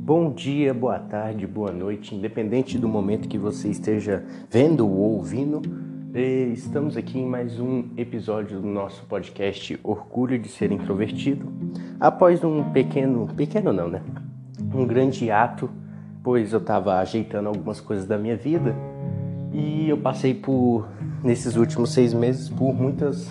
Bom dia, boa tarde, boa noite, independente do momento que você esteja vendo ou ouvindo, estamos aqui em mais um episódio do nosso podcast Orgulho de Ser Introvertido, após um um grande ato, pois eu estava ajeitando algumas coisas da minha vida e eu passei nesses últimos 6 meses, por muitas,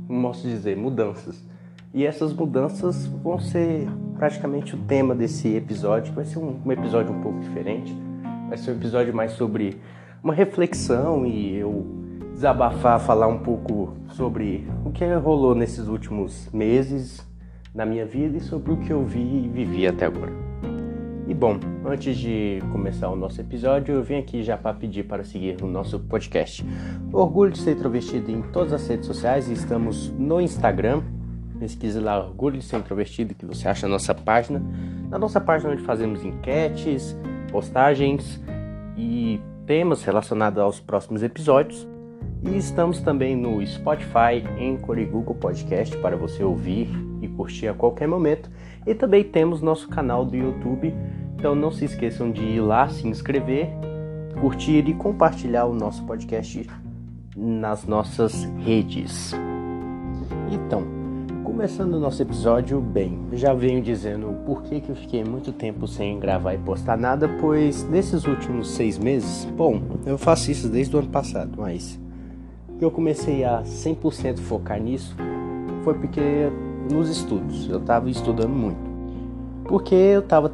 mudanças. E essas mudanças vão ser praticamente o tema desse episódio, que vai ser um episódio um pouco diferente. Vai ser um episódio mais sobre uma reflexão e eu desabafar, falar um pouco sobre o que rolou nesses últimos meses na minha vida e sobre o que eu vi e vivi até agora. E bom, antes de começar o nosso episódio, eu vim aqui já para pedir para seguir o nosso podcast. Orgulho de Ser Introvertido em todas as redes sociais, e estamos no Instagram. Pesquise lá Orgulho de Ser Introvertido, que você acha a nossa página. Na nossa página onde fazemos enquetes, postagens e temas relacionados aos próximos episódios. E estamos também no Spotify, Anchor e Google Podcast para você ouvir e curtir a qualquer momento. E também temos nosso canal do YouTube, então não se esqueçam de ir lá, se inscrever, curtir e compartilhar o nosso podcast nas nossas redes. Então, começando o nosso episódio, já venho dizendo o porquê que eu fiquei muito tempo sem gravar e postar nada, pois nesses últimos 6 meses, eu faço isso desde o ano passado, mas eu comecei a 100% focar nisso foi porque nos estudos, eu estava estudando muito, porque eu estava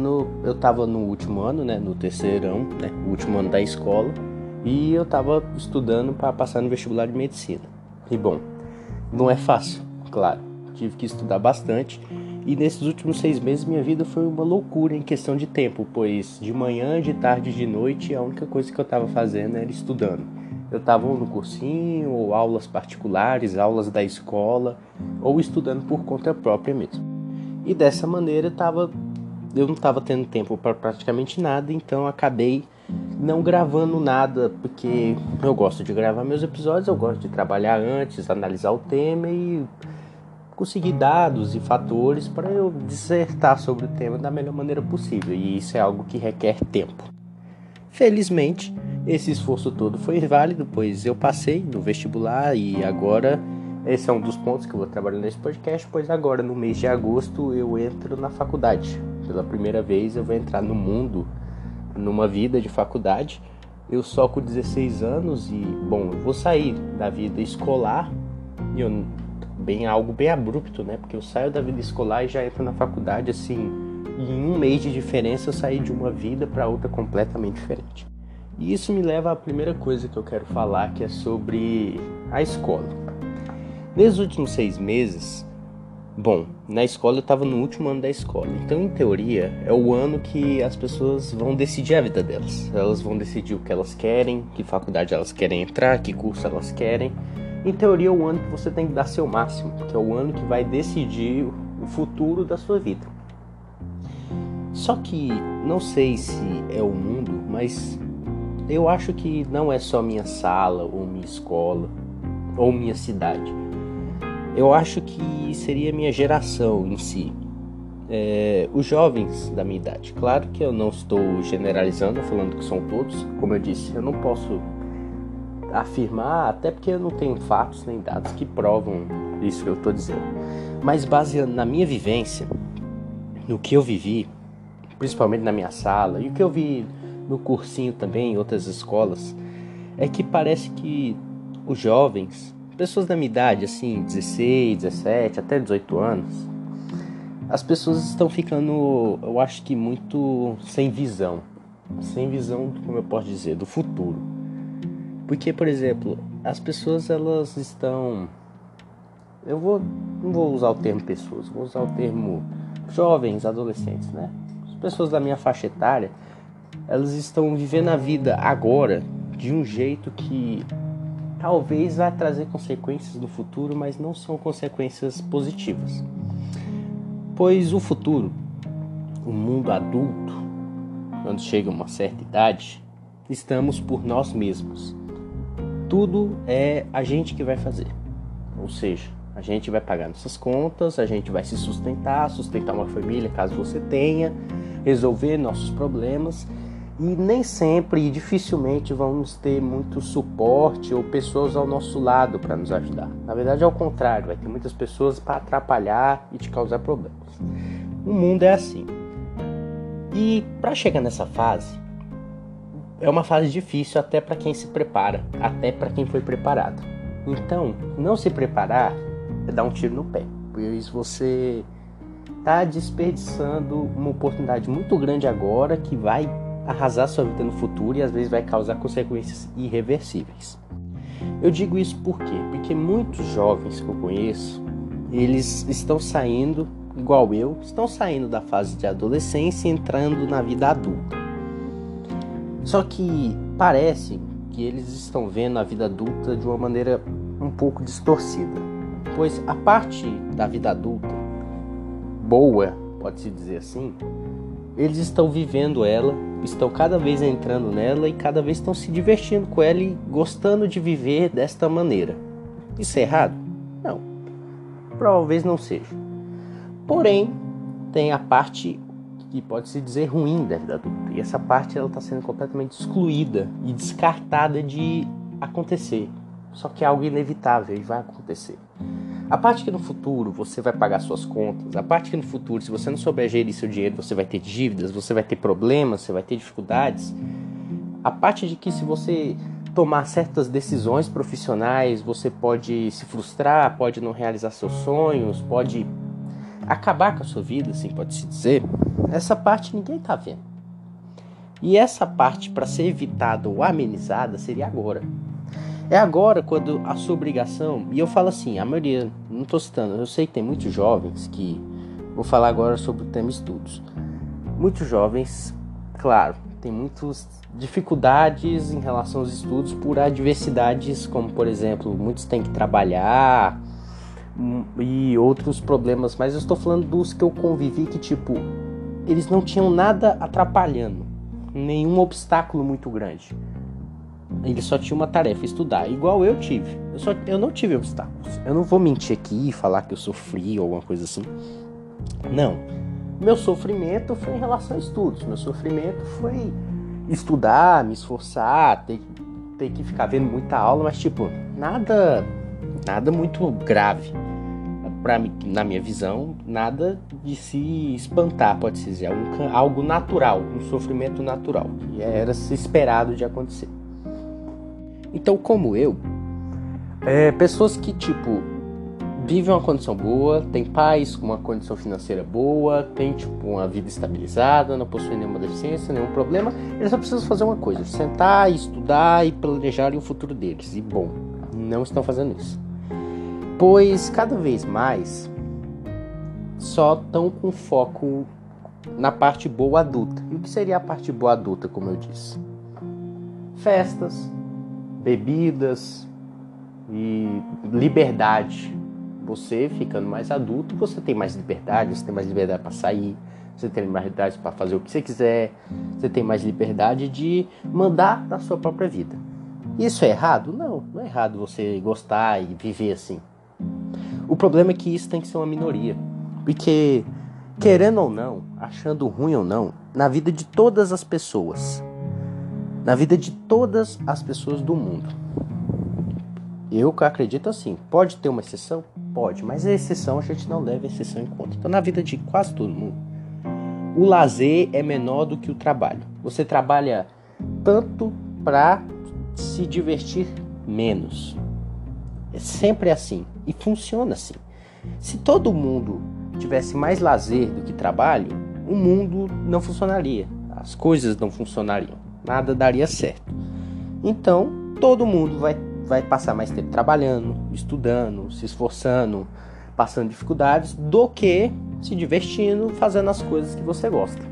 no último ano, no terceirão, o último ano da escola, e eu estava estudando para passar no vestibular de medicina. E não é fácil, claro, tive que estudar bastante, e nesses últimos 6 meses minha vida foi uma loucura em questão de tempo, pois de manhã, de tarde, de noite, a única coisa que eu estava fazendo era estudando. Eu estava no cursinho, ou aulas particulares, aulas da escola, ou estudando por conta própria mesmo. E dessa maneira eu não estava tendo tempo para praticamente nada, então acabei não gravando nada, porque eu gosto de gravar meus episódios, eu gosto de trabalhar antes, analisar o tema e conseguir dados e fatores para eu dissertar sobre o tema da melhor maneira possível, e isso é algo que requer tempo. Felizmente, esse esforço todo foi válido, pois eu passei no vestibular e agora esse é um dos pontos que eu vou trabalhar nesse podcast, pois agora no mês de agosto eu entro na faculdade. Pela primeira vez eu vou entrar no mundo, numa vida de faculdade. Eu só com 16 anos e, eu vou sair da vida escolar, algo bem abrupto, porque eu saio da vida escolar e já entro na faculdade, assim, e em um mês de diferença eu saí de uma vida para outra completamente diferente. E isso me leva à primeira coisa que eu quero falar, que é sobre a escola. Nesses últimos 6 meses, na escola eu estava no último ano da escola. Então, em teoria, é o ano que as pessoas vão decidir a vida delas. Elas vão decidir o que elas querem, que faculdade elas querem entrar, que curso elas querem. Em teoria, é o ano que você tem que dar seu máximo, porque é o ano que vai decidir o futuro da sua vida. Só que, não sei se é o mundo, mas eu acho que não é só minha sala, ou minha escola, ou minha cidade. Eu acho que seria minha geração em si. Os jovens da minha idade. Claro que eu não estou generalizando, falando que são todos. Como eu disse, eu não posso afirmar, até porque eu não tenho fatos nem dados que provam isso que eu estou dizendo. Mas baseando na minha vivência, no que eu vivi, principalmente na minha sala, e o que eu vi no cursinho também, em outras escolas, é que parece que os jovens, pessoas da minha idade, assim, 16, 17, até 18 anos, as pessoas estão ficando, eu acho que muito sem visão, como eu posso dizer, do futuro. Porque, por exemplo, as pessoas, elas estão, não vou usar o termo pessoas, vou usar o termo jovens, adolescentes, As pessoas da minha faixa etária, elas estão vivendo a vida agora de um jeito que talvez vai trazer consequências no futuro, mas não são consequências positivas. Pois o futuro, o mundo adulto, quando chega a uma certa idade, estamos por nós mesmos. Tudo é a gente que vai fazer. Ou seja, a gente vai pagar nossas contas, a gente vai se sustentar uma família caso você tenha. resolver nossos problemas e nem sempre e dificilmente vamos ter muito suporte ou pessoas ao nosso lado para nos ajudar. Na verdade é o contrário, vai ter muitas pessoas para atrapalhar e te causar problemas. O mundo é assim. E para chegar nessa fase, é uma fase difícil até para quem se prepara, até para quem foi preparado. Então, não se preparar é dar um tiro no pé, pois você está desperdiçando uma oportunidade muito grande agora que vai arrasar sua vida no futuro e às vezes vai causar consequências irreversíveis. Eu digo isso por quê? Porque muitos jovens que eu conheço, eles estão saindo, igual eu, estão saindo da fase de adolescência e entrando na vida adulta. Só que parece que eles estão vendo a vida adulta de uma maneira um pouco distorcida, pois a parte da vida adulta boa, pode-se dizer assim, eles estão vivendo ela, estão cada vez entrando nela e cada vez estão se divertindo com ela e gostando de viver desta maneira. Isso é errado? Não, provavelmente não seja. Porém, tem a parte que pode-se dizer ruim da vida adulta. E essa parte ela está sendo completamente excluída e descartada de acontecer. Só que é algo inevitável e vai acontecer. A parte que no futuro você vai pagar suas contas, a parte que no futuro, se você não souber gerir seu dinheiro, você vai ter dívidas, você vai ter problemas, você vai ter dificuldades. A parte de que se você tomar certas decisões profissionais, você pode se frustrar, pode não realizar seus sonhos, pode acabar com a sua vida, assim pode-se dizer. Essa parte ninguém está vendo. E essa parte, para ser evitada ou amenizada, seria agora. É agora quando a sua obrigação, e eu falo assim, a maioria, não estou citando, eu sei que tem muitos jovens que, vou falar agora sobre o tema estudos. Muitos jovens, claro, tem muitas dificuldades em relação aos estudos por adversidades, como por exemplo, muitos têm que trabalhar e outros problemas, mas eu estou falando dos que eu convivi que tipo, eles não tinham nada atrapalhando, nenhum obstáculo muito grande. Eles só tinham uma tarefa, estudar, igual eu tive. Eu não tive obstáculos. Eu não vou mentir aqui e falar que eu sofri ou alguma coisa assim. Não. Meu sofrimento foi em relação a estudos. Meu sofrimento foi estudar, me esforçar, ter que ficar vendo muita aula, mas tipo, nada muito grave. Na minha visão, nada de se espantar, pode-se dizer. Algo natural, um sofrimento natural. Que era se esperado de acontecer. Então, como eu, pessoas que, tipo, vivem uma condição boa, tem pais com uma condição financeira boa, tem, tipo, uma vida estabilizada, não possuem nenhuma deficiência, nenhum problema, eles só precisam fazer uma coisa, sentar, estudar e planejar o futuro deles. E, bom, não estão fazendo isso. Pois, cada vez mais, só estão com foco na parte boa adulta. E o que seria a parte boa adulta, como eu disse? Festas, bebidas e liberdade. Você ficando mais adulto, você tem mais liberdade, você tem mais liberdade para sair, você tem mais liberdade para fazer o que você quiser, você tem mais liberdade de mandar na sua própria vida. Isso é errado? Não é errado você gostar e viver assim. O problema é que isso tem que ser uma minoria, porque querendo ou não, achando ruim ou não, na vida de todas as pessoas, na vida de todas as pessoas do mundo. Eu acredito assim, pode ter uma exceção? Pode, mas a exceção a gente não leva a exceção em conta. Então na vida de quase todo mundo, o lazer é menor do que o trabalho. Você trabalha tanto para se divertir menos. É sempre assim e funciona assim. Se todo mundo tivesse mais lazer do que trabalho, o mundo não funcionaria, as coisas não funcionariam. Nada daria certo. Então, todo mundo vai passar mais tempo trabalhando, estudando, se esforçando, passando dificuldades, do que se divertindo, fazendo as coisas que você gosta.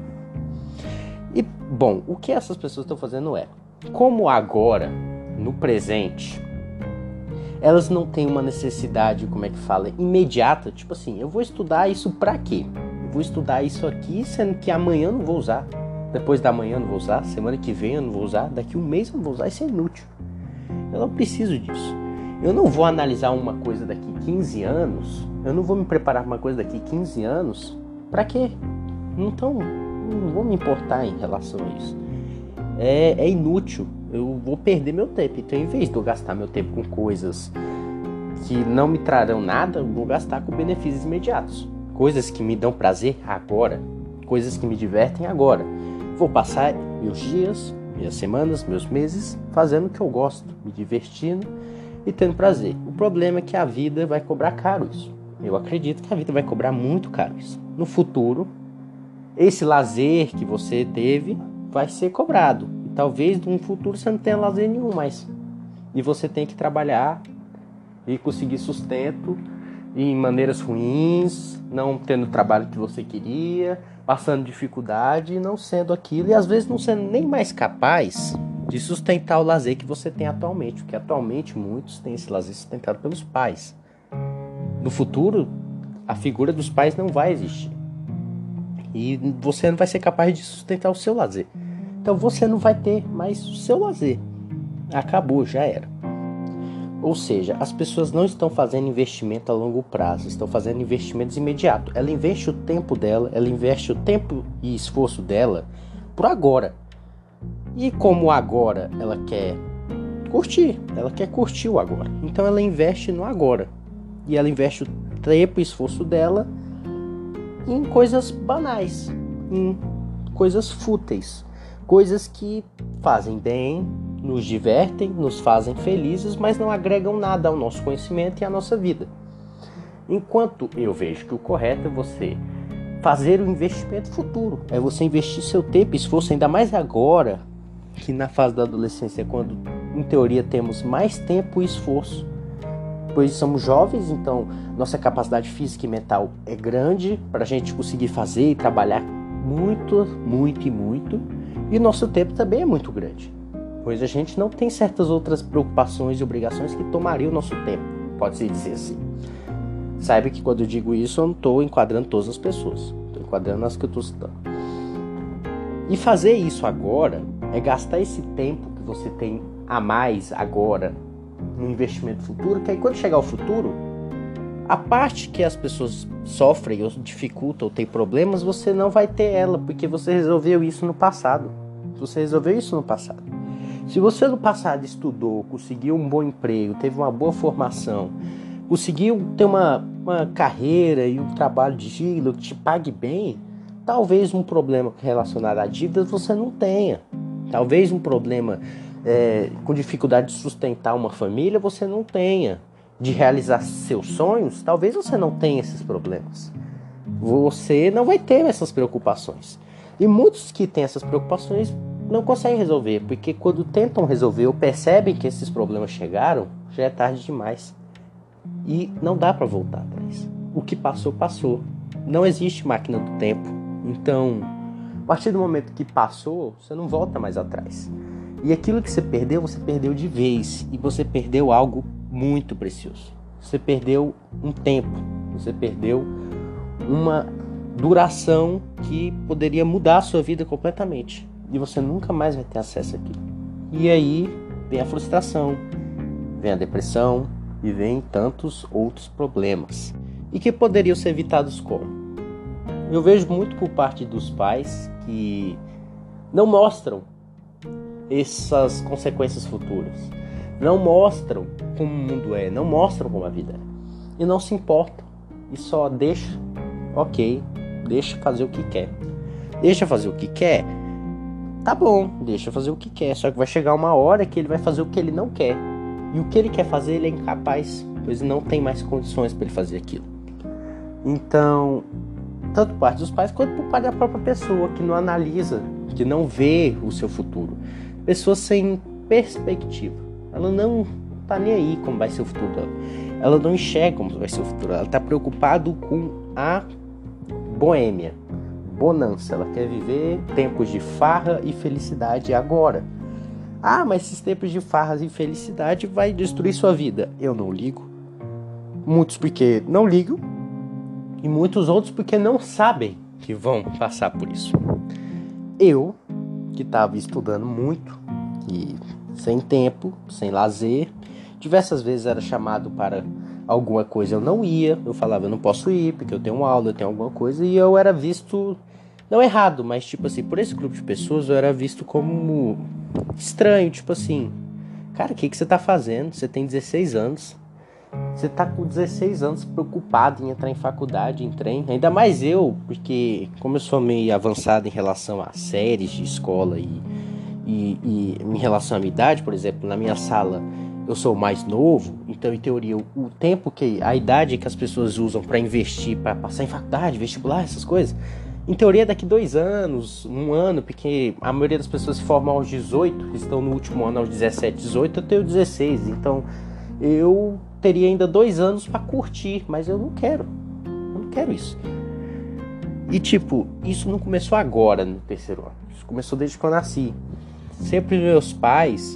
E, bom, o que essas pessoas estão fazendo é, como agora, no presente, elas não têm uma necessidade, como é que fala, imediata, tipo assim, eu vou estudar isso pra quê? Eu vou estudar isso aqui, sendo que amanhã eu não vou usar. Depois da manhã eu não vou usar, semana que vem eu não vou usar, daqui um mês eu não vou usar, isso é inútil. Eu não preciso disso. Eu não vou analisar uma coisa daqui 15 anos, eu não vou me preparar para uma coisa daqui 15 anos, pra quê? Não não vou me importar em relação a isso. É inútil, eu vou perder meu tempo. Então, em vez de eu gastar meu tempo com coisas que não me trarão nada, eu vou gastar com benefícios imediatos. Coisas que me dão prazer agora, coisas que me divertem agora. Vou passar meus dias, minhas semanas, meus meses fazendo o que eu gosto, me divertindo e tendo prazer. O problema é que a vida vai cobrar caro isso. Eu acredito que a vida vai cobrar muito caro isso. No futuro, esse lazer que você teve vai ser cobrado. E talvez no futuro você não tenha lazer nenhum mais. E você tem que trabalhar e conseguir sustento em maneiras ruins, não tendo o trabalho que você queria, passando dificuldade, não sendo aquilo e às vezes não sendo nem mais capaz de sustentar o lazer que você tem atualmente, porque atualmente muitos têm esse lazer sustentado pelos pais. No futuro, a figura dos pais não vai existir e você não vai ser capaz de sustentar o seu lazer. Então você não vai ter mais o seu lazer. Acabou, já era. Ou seja, as pessoas não estão fazendo investimento a longo prazo, estão fazendo investimentos imediatos. Ela investe o tempo dela, ela investe o tempo e esforço dela por agora. E como agora ela quer curtir o agora. Então ela investe no agora. E ela investe o tempo e esforço dela em coisas banais, em coisas fúteis, coisas que fazem bem, nos divertem, nos fazem felizes, mas não agregam nada ao nosso conhecimento e à nossa vida. Enquanto eu vejo que o correto é você fazer o investimento futuro, é você investir seu tempo e esforço, ainda mais agora, que na fase da adolescência, quando em teoria temos mais tempo e esforço, pois somos jovens, então nossa capacidade física e mental é grande para a gente conseguir fazer e trabalhar muito, muito e muito, e nosso tempo também é muito grande, pois a gente não tem certas outras preocupações e obrigações que tomariam o nosso tempo, pode-se dizer assim. Saiba que quando eu digo isso, eu não estou enquadrando todas as pessoas, estou enquadrando as que eu estou citando. E fazer isso agora é gastar esse tempo que você tem a mais agora no investimento futuro, que aí quando chegar o futuro, a parte que as pessoas sofrem ou dificultam ou tem problemas, você não vai ter ela, porque você resolveu isso no passado. Você resolveu isso no passado. Se você no passado estudou, conseguiu um bom emprego, teve uma boa formação, conseguiu ter uma carreira e um trabalho digno que te pague bem, talvez um problema relacionado a dívidas você não tenha. Talvez um problema com dificuldade de sustentar uma família você não tenha. De realizar seus sonhos, talvez você não tenha esses problemas. Você não vai ter essas preocupações. E muitos que têm essas preocupações não conseguem resolver, porque quando tentam resolver ou percebem que esses problemas chegaram, já é tarde demais. E não dá para voltar atrás. O que passou, passou. Não existe máquina do tempo. Então, a partir do momento que passou, você não volta mais atrás. E aquilo que você perdeu de vez. E você perdeu algo muito precioso. Você perdeu um tempo. Você perdeu uma duração que poderia mudar a sua vida completamente. E você nunca mais vai ter acesso àquilo. E aí vem a frustração, vem a depressão e vem tantos outros problemas. E que poderiam ser evitados como? Eu vejo muito por parte dos pais que não mostram essas consequências futuras. Não mostram como o mundo é, não mostram como a vida é. E não se importam. E só deixa fazer o que quer. Deixa fazer o que quer, tá bom, deixa fazer o que quer. Só que vai chegar uma hora que ele vai fazer o que ele não quer. E o que ele quer fazer, ele é incapaz, pois não tem mais condições para ele fazer aquilo. Então, tanto por parte dos pais quanto por parte da própria pessoa, que não analisa, que não vê o seu futuro. Pessoa sem perspectiva. Ela não tá nem aí como vai ser o futuro dela. Ela não enxerga como vai ser o futuro. Ela tá preocupada com a boêmia, bonança. Ela quer viver tempos de farra e felicidade agora. Ah, mas esses tempos de farra e felicidade vai destruir sua vida. Eu não ligo. Muitos porque não ligam. E muitos outros porque não sabem que vão passar por isso. Eu, que estava estudando muito, e sem tempo, sem lazer, diversas vezes era chamado para alguma coisa, eu não ia. Eu falava, eu não posso ir porque eu tenho aula, eu tenho alguma coisa. E eu era visto Não errado, mas tipo assim, por esse grupo de pessoas eu era visto como estranho, tipo assim, cara, o que você tá fazendo? Você tem 16 anos. Você tá com 16 anos preocupado em entrar em faculdade, em trem. Ainda mais eu, porque como eu sou meio avançado em relação a séries de escola e em relação à minha idade, por exemplo, na minha sala eu sou o mais novo, então em teoria o tempo que a idade que as pessoas usam para investir, para passar em faculdade, vestibular, essas coisas, em teoria daqui 2 anos, 1 ano, porque a maioria das pessoas se formam aos 18, estão no último ano aos 17, 18, eu tenho 16, então eu teria ainda 2 anos para curtir, mas eu não quero isso. E tipo, isso não começou agora no terceiro ano, isso começou desde que eu nasci. Sempre meus pais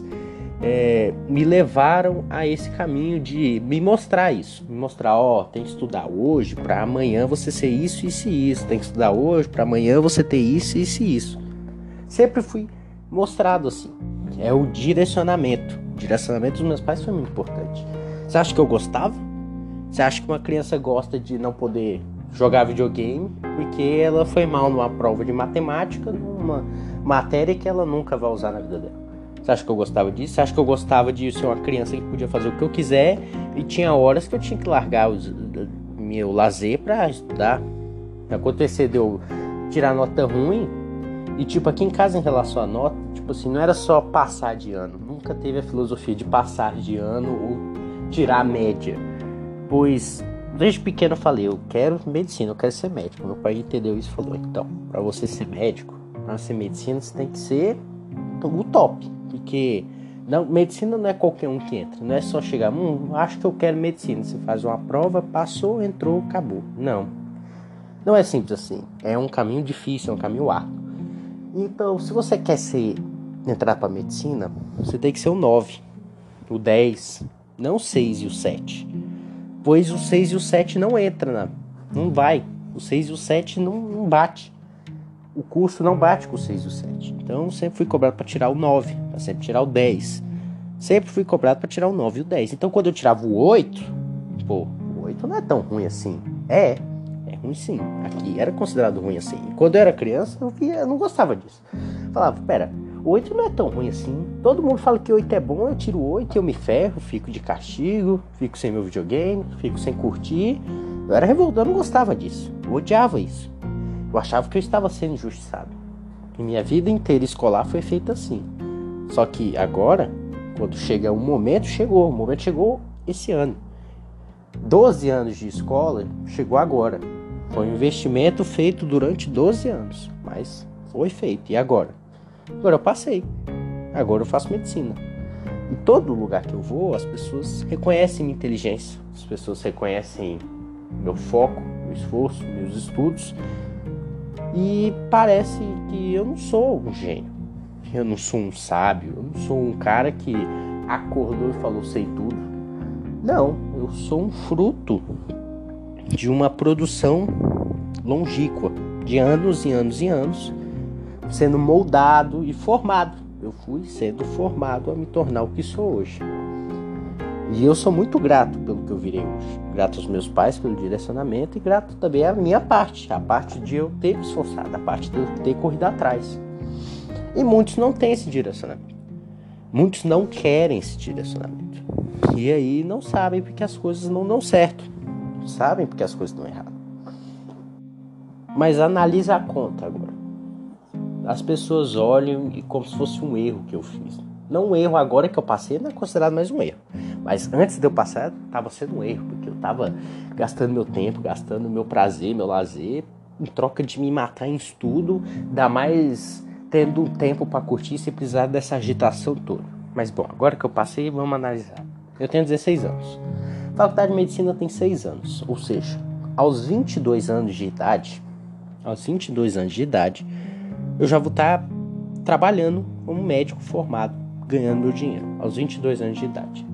me levaram a esse caminho de me mostrar isso. Me mostrar, tem que estudar hoje para amanhã você ser isso, isso e isso. Tem que estudar hoje para amanhã você ter isso, isso e isso. Sempre fui mostrado assim. É o direcionamento. O direcionamento dos meus pais foi muito importante. Você acha que eu gostava? Você acha que uma criança gosta de não poder jogar videogame porque ela foi mal numa prova de matemática, numa matéria que ela nunca vai usar na vida dela? Você acha que eu gostava disso? Você acha que eu gostava de ser uma criança que podia fazer o que eu quiser e tinha horas que eu tinha que largar meu lazer pra estudar? Acontecer de eu tirar nota ruim e tipo aqui em casa em relação à nota, tipo assim, não era só passar de ano. Nunca teve a filosofia de passar de ano ou tirar a média. Pois desde pequeno eu falei, eu quero medicina, eu quero ser médico. Meu pai entendeu isso e falou, então, pra você ser médico, pra ser medicina, você tem que ser o top. Porque não, medicina não é qualquer um que entra. Não é só chegar, acho que eu quero medicina. Você faz uma prova, passou, entrou, acabou. Não é simples assim. É um caminho difícil, é um caminho árduo. Então, se você quer entrar para medicina, você tem que ser o 9, o 10, não o 6 e o 7. Pois o 6 e o 7 não entra, não vai. O 6 e o 7 não bate. O curso não bate com o 6 e o 7. Então, sempre fui cobrado para tirar o 9, para sempre tirar o 10. Sempre fui cobrado para tirar o 9 e o 10. Então, quando eu tirava o 8, o 8 não é tão ruim assim. É ruim sim. Aqui era considerado ruim assim. E quando eu era criança, eu não gostava disso. Falava, pera, o 8 não é tão ruim assim. Todo mundo fala que 8 é bom, eu tiro 8 e eu me ferro, fico de castigo, fico sem meu videogame, fico sem curtir. Eu era revoltado, eu não gostava disso. Eu odiava isso. Eu achava que eu estava sendo injustiçado. E minha vida inteira escolar foi feita assim. Só que agora, quando chega o momento chegou esse ano. 12 anos de escola, chegou agora. Foi um investimento feito durante 12 anos, mas foi feito. E agora? Agora eu passei. Agora eu faço medicina. Em todo lugar que eu vou, as pessoas reconhecem minha inteligência. As pessoas reconhecem meu foco, meu esforço, meus estudos. E parece que eu não sou um gênio. Eu não sou um sábio. Eu não sou um cara que acordou e falou sei tudo. Não, eu sou um fruto de uma produção longínqua, de anos e anos e anos, sendo moldado e formado. Eu fui sendo formado a me tornar o que sou hoje. E eu sou muito grato pelo que eu virei hoje. Grato aos meus pais pelo direcionamento e grato também à minha parte. A parte de eu ter me esforçado, a parte de eu ter corrido atrás. E muitos não têm esse direcionamento. Muitos não querem esse direcionamento. E aí não sabem porque as coisas não dão certo. Não sabem porque as coisas estão erradas. Mas analisa a conta agora. As pessoas olham como se fosse um erro que eu fiz. Não um erro agora que eu passei, não é considerado mais um erro. Mas antes de eu passar, estava sendo um erro. Porque eu estava gastando meu tempo, gastando meu prazer, meu lazer, em troca de me matar em estudo, ainda mais tendo tempo para curtir sem precisar dessa agitação toda. Mas bom, agora que eu passei, vamos analisar. Eu tenho 16 anos. A faculdade de medicina tem 6 anos. Ou seja, aos 22 anos de idade, eu já vou estar trabalhando como médico formado, ganhando meu dinheiro, aos 22 anos de idade.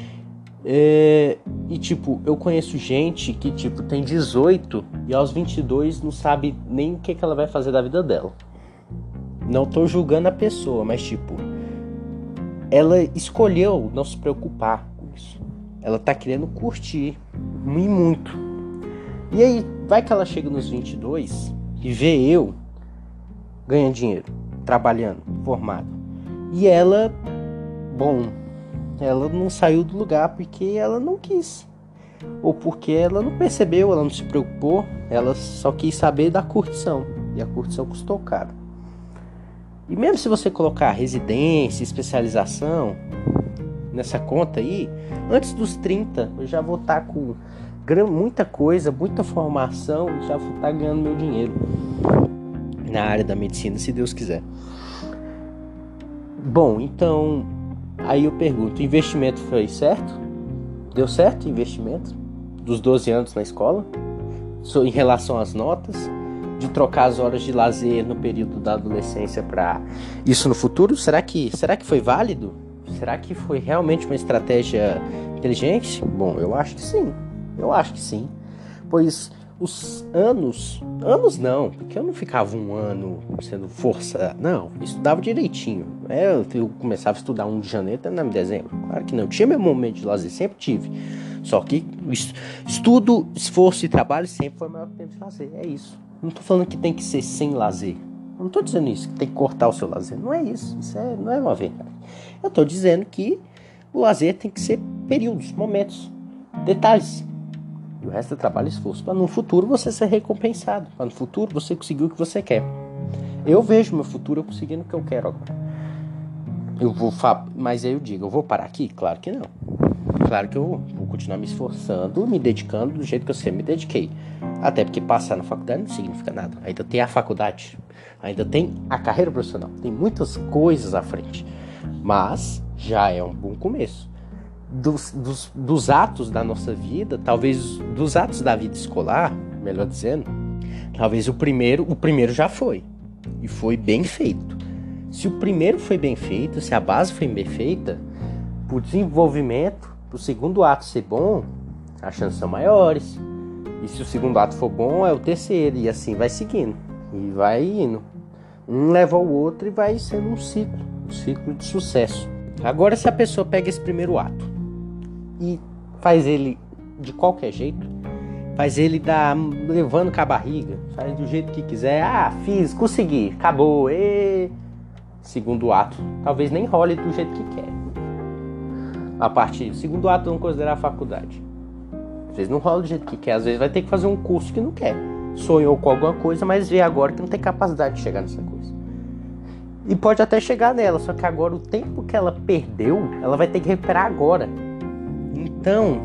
E tipo, eu conheço gente que tipo tem 18 e aos 22 não sabe nem o que ela vai fazer da vida dela. Não tô julgando a pessoa, mas tipo, ela escolheu não se preocupar com isso. Ela tá querendo curtir e muito. E aí, vai que ela chega nos 22 e vê eu ganhando dinheiro, trabalhando, formada. E ela não saiu do lugar porque ela não quis. Ou porque ela não percebeu, ela não se preocupou, ela só quis saber da curtição. E a curtição custou caro. E mesmo se você colocar residência, especialização nessa conta aí, antes dos 30 eu já vou estar com muita coisa, muita formação e já vou estar ganhando meu dinheiro na área da medicina, se Deus quiser. Bom, então, aí eu pergunto, o investimento foi certo? Deu certo o investimento dos 12 anos na escola? Em relação às notas? De trocar as horas de lazer no período da adolescência para isso no futuro? Será que foi válido? Será que foi realmente uma estratégia inteligente? Bom, eu acho que sim. Pois os anos não, porque eu não ficava um ano sendo forçado, não, eu estudava direitinho. Eu começava a estudar 1 de janeiro até em dezembro. Claro que não, tinha meu momento de lazer, sempre tive. Só que estudo, esforço e trabalho sempre foi o maior tempo de lazer, é isso. Não tô falando que tem que ser sem lazer. Eu não tô dizendo isso, que tem que cortar o seu lazer. Não é isso, não é uma verdade. Eu tô dizendo que o lazer tem que ser períodos, momentos, detalhes. E o resto é trabalho e esforço. Para no futuro você ser recompensado. Para no futuro você conseguir o que você quer. Eu vejo meu futuro eu conseguindo o que eu quero agora. Mas aí eu digo, eu vou parar aqui? Claro que não. Claro que eu vou continuar me esforçando, me dedicando do jeito que eu sempre me dediquei. Até porque passar na faculdade não significa nada. Ainda tem a faculdade, ainda tem a carreira profissional, tem muitas coisas à frente. Mas já é um bom começo. Dos atos da nossa vida, talvez dos atos da vida escolar, melhor dizendo, talvez o primeiro já foi. E foi bem feito. Se o primeiro foi bem feito, se a base foi bem feita, por desenvolvimento, para o segundo ato ser bom, as chances são maiores. E se o segundo ato for bom, é o terceiro. E assim vai seguindo. E vai indo. Um leva ao outro e vai sendo um ciclo de sucesso. Agora, se a pessoa pega esse primeiro ato e faz ele de qualquer jeito, faz ele levando com a barriga, faz do jeito que quiser, fiz, consegui, acabou, segundo ato, talvez nem role do jeito que quer. A partir do segundo ato, vamos considerar a faculdade. Às vezes não rola do jeito que quer, às vezes vai ter que fazer um curso que não quer. Sonhou com alguma coisa, mas vê agora que não tem capacidade de chegar nessa coisa. E pode até chegar nela, só que agora o tempo que ela perdeu, ela vai ter que recuperar agora. Então,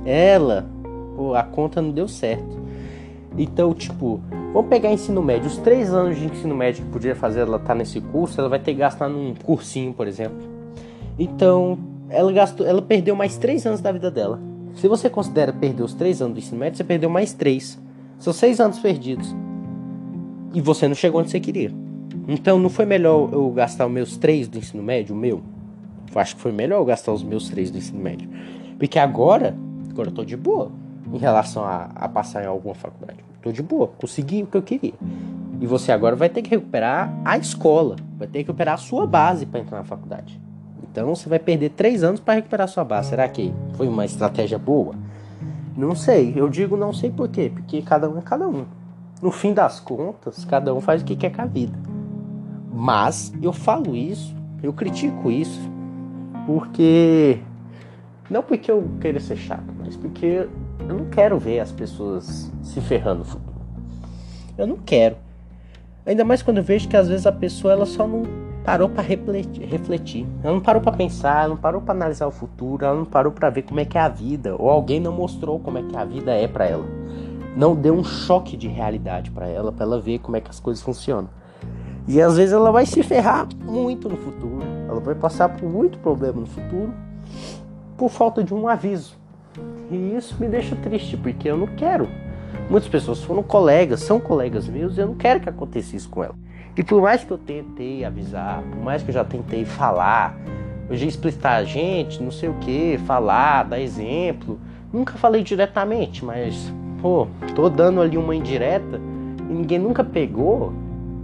a conta não deu certo. Então, vamos pegar ensino médio. Os 3 anos de ensino médio que podia fazer ela estar nesse curso, ela vai ter que gastar num cursinho, por exemplo. Então, ela perdeu mais 3 anos da vida dela. Se você considera perder os 3 anos do ensino médio, você perdeu mais 3. São 6 anos perdidos. E você não chegou onde você queria. Então, não foi melhor eu gastar os meus 3 do ensino médio, Eu acho que foi melhor eu gastar os meus 3 do ensino médio. Porque agora eu tô de boa em relação a passar em alguma faculdade. Tô de boa, consegui o que eu queria. E você agora vai ter que recuperar a escola, vai ter que recuperar a sua base para entrar na faculdade. Então você vai perder 3 anos para recuperar a sua base. Será que foi uma estratégia boa? Não sei, eu digo não sei por quê, porque cada um é cada um. No fim das contas, cada um faz o que quer com a vida. Mas eu falo isso, eu critico isso, porque... Não porque eu queira ser chato, mas porque eu não quero ver as pessoas se ferrando no futuro. Eu não quero. Ainda mais quando eu vejo que às vezes a pessoa ela só não parou para refletir. Ela não parou para pensar, ela não parou para analisar o futuro, ela não parou para ver como é que é a vida. Ou alguém não mostrou como é que a vida é para ela. Não deu um choque de realidade para ela ver como é que as coisas funcionam. E às vezes ela vai se ferrar muito no futuro. Ela vai passar por muito problema no futuro por falta de um aviso. E isso me deixa triste, porque eu não quero. Muitas pessoas são colegas meus, e eu não quero que aconteça isso com elas. E por mais que eu tentei avisar, por mais que eu já tentei falar, eu já explicitar não sei o que, falar, dar exemplo, nunca falei diretamente, mas, tô dando ali uma indireta e ninguém nunca pegou.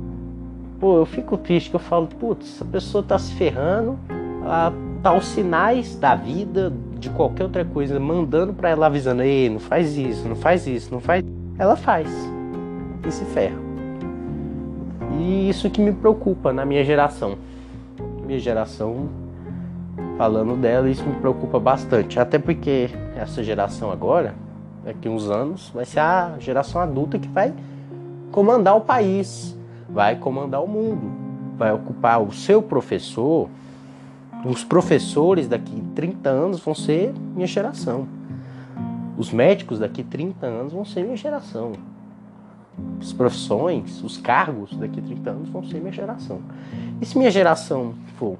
Eu fico triste, que eu falo, essa pessoa tá se ferrando, ela tá os sinais da vida, de qualquer outra coisa, mandando pra ela, avisando, ei, não faz isso, não faz isso, não faz. Ela faz e se ferra. E isso que me preocupa na minha geração. Minha geração, falando dela, isso me preocupa bastante. Até porque essa geração agora, daqui a uns anos, vai ser a geração adulta que vai comandar o país, vai comandar o mundo, vai ocupar o seu professor. Os professores daqui 30 anos vão ser minha geração. Os médicos daqui 30 anos vão ser minha geração. As profissões, os cargos daqui 30 anos vão ser minha geração. E se minha geração for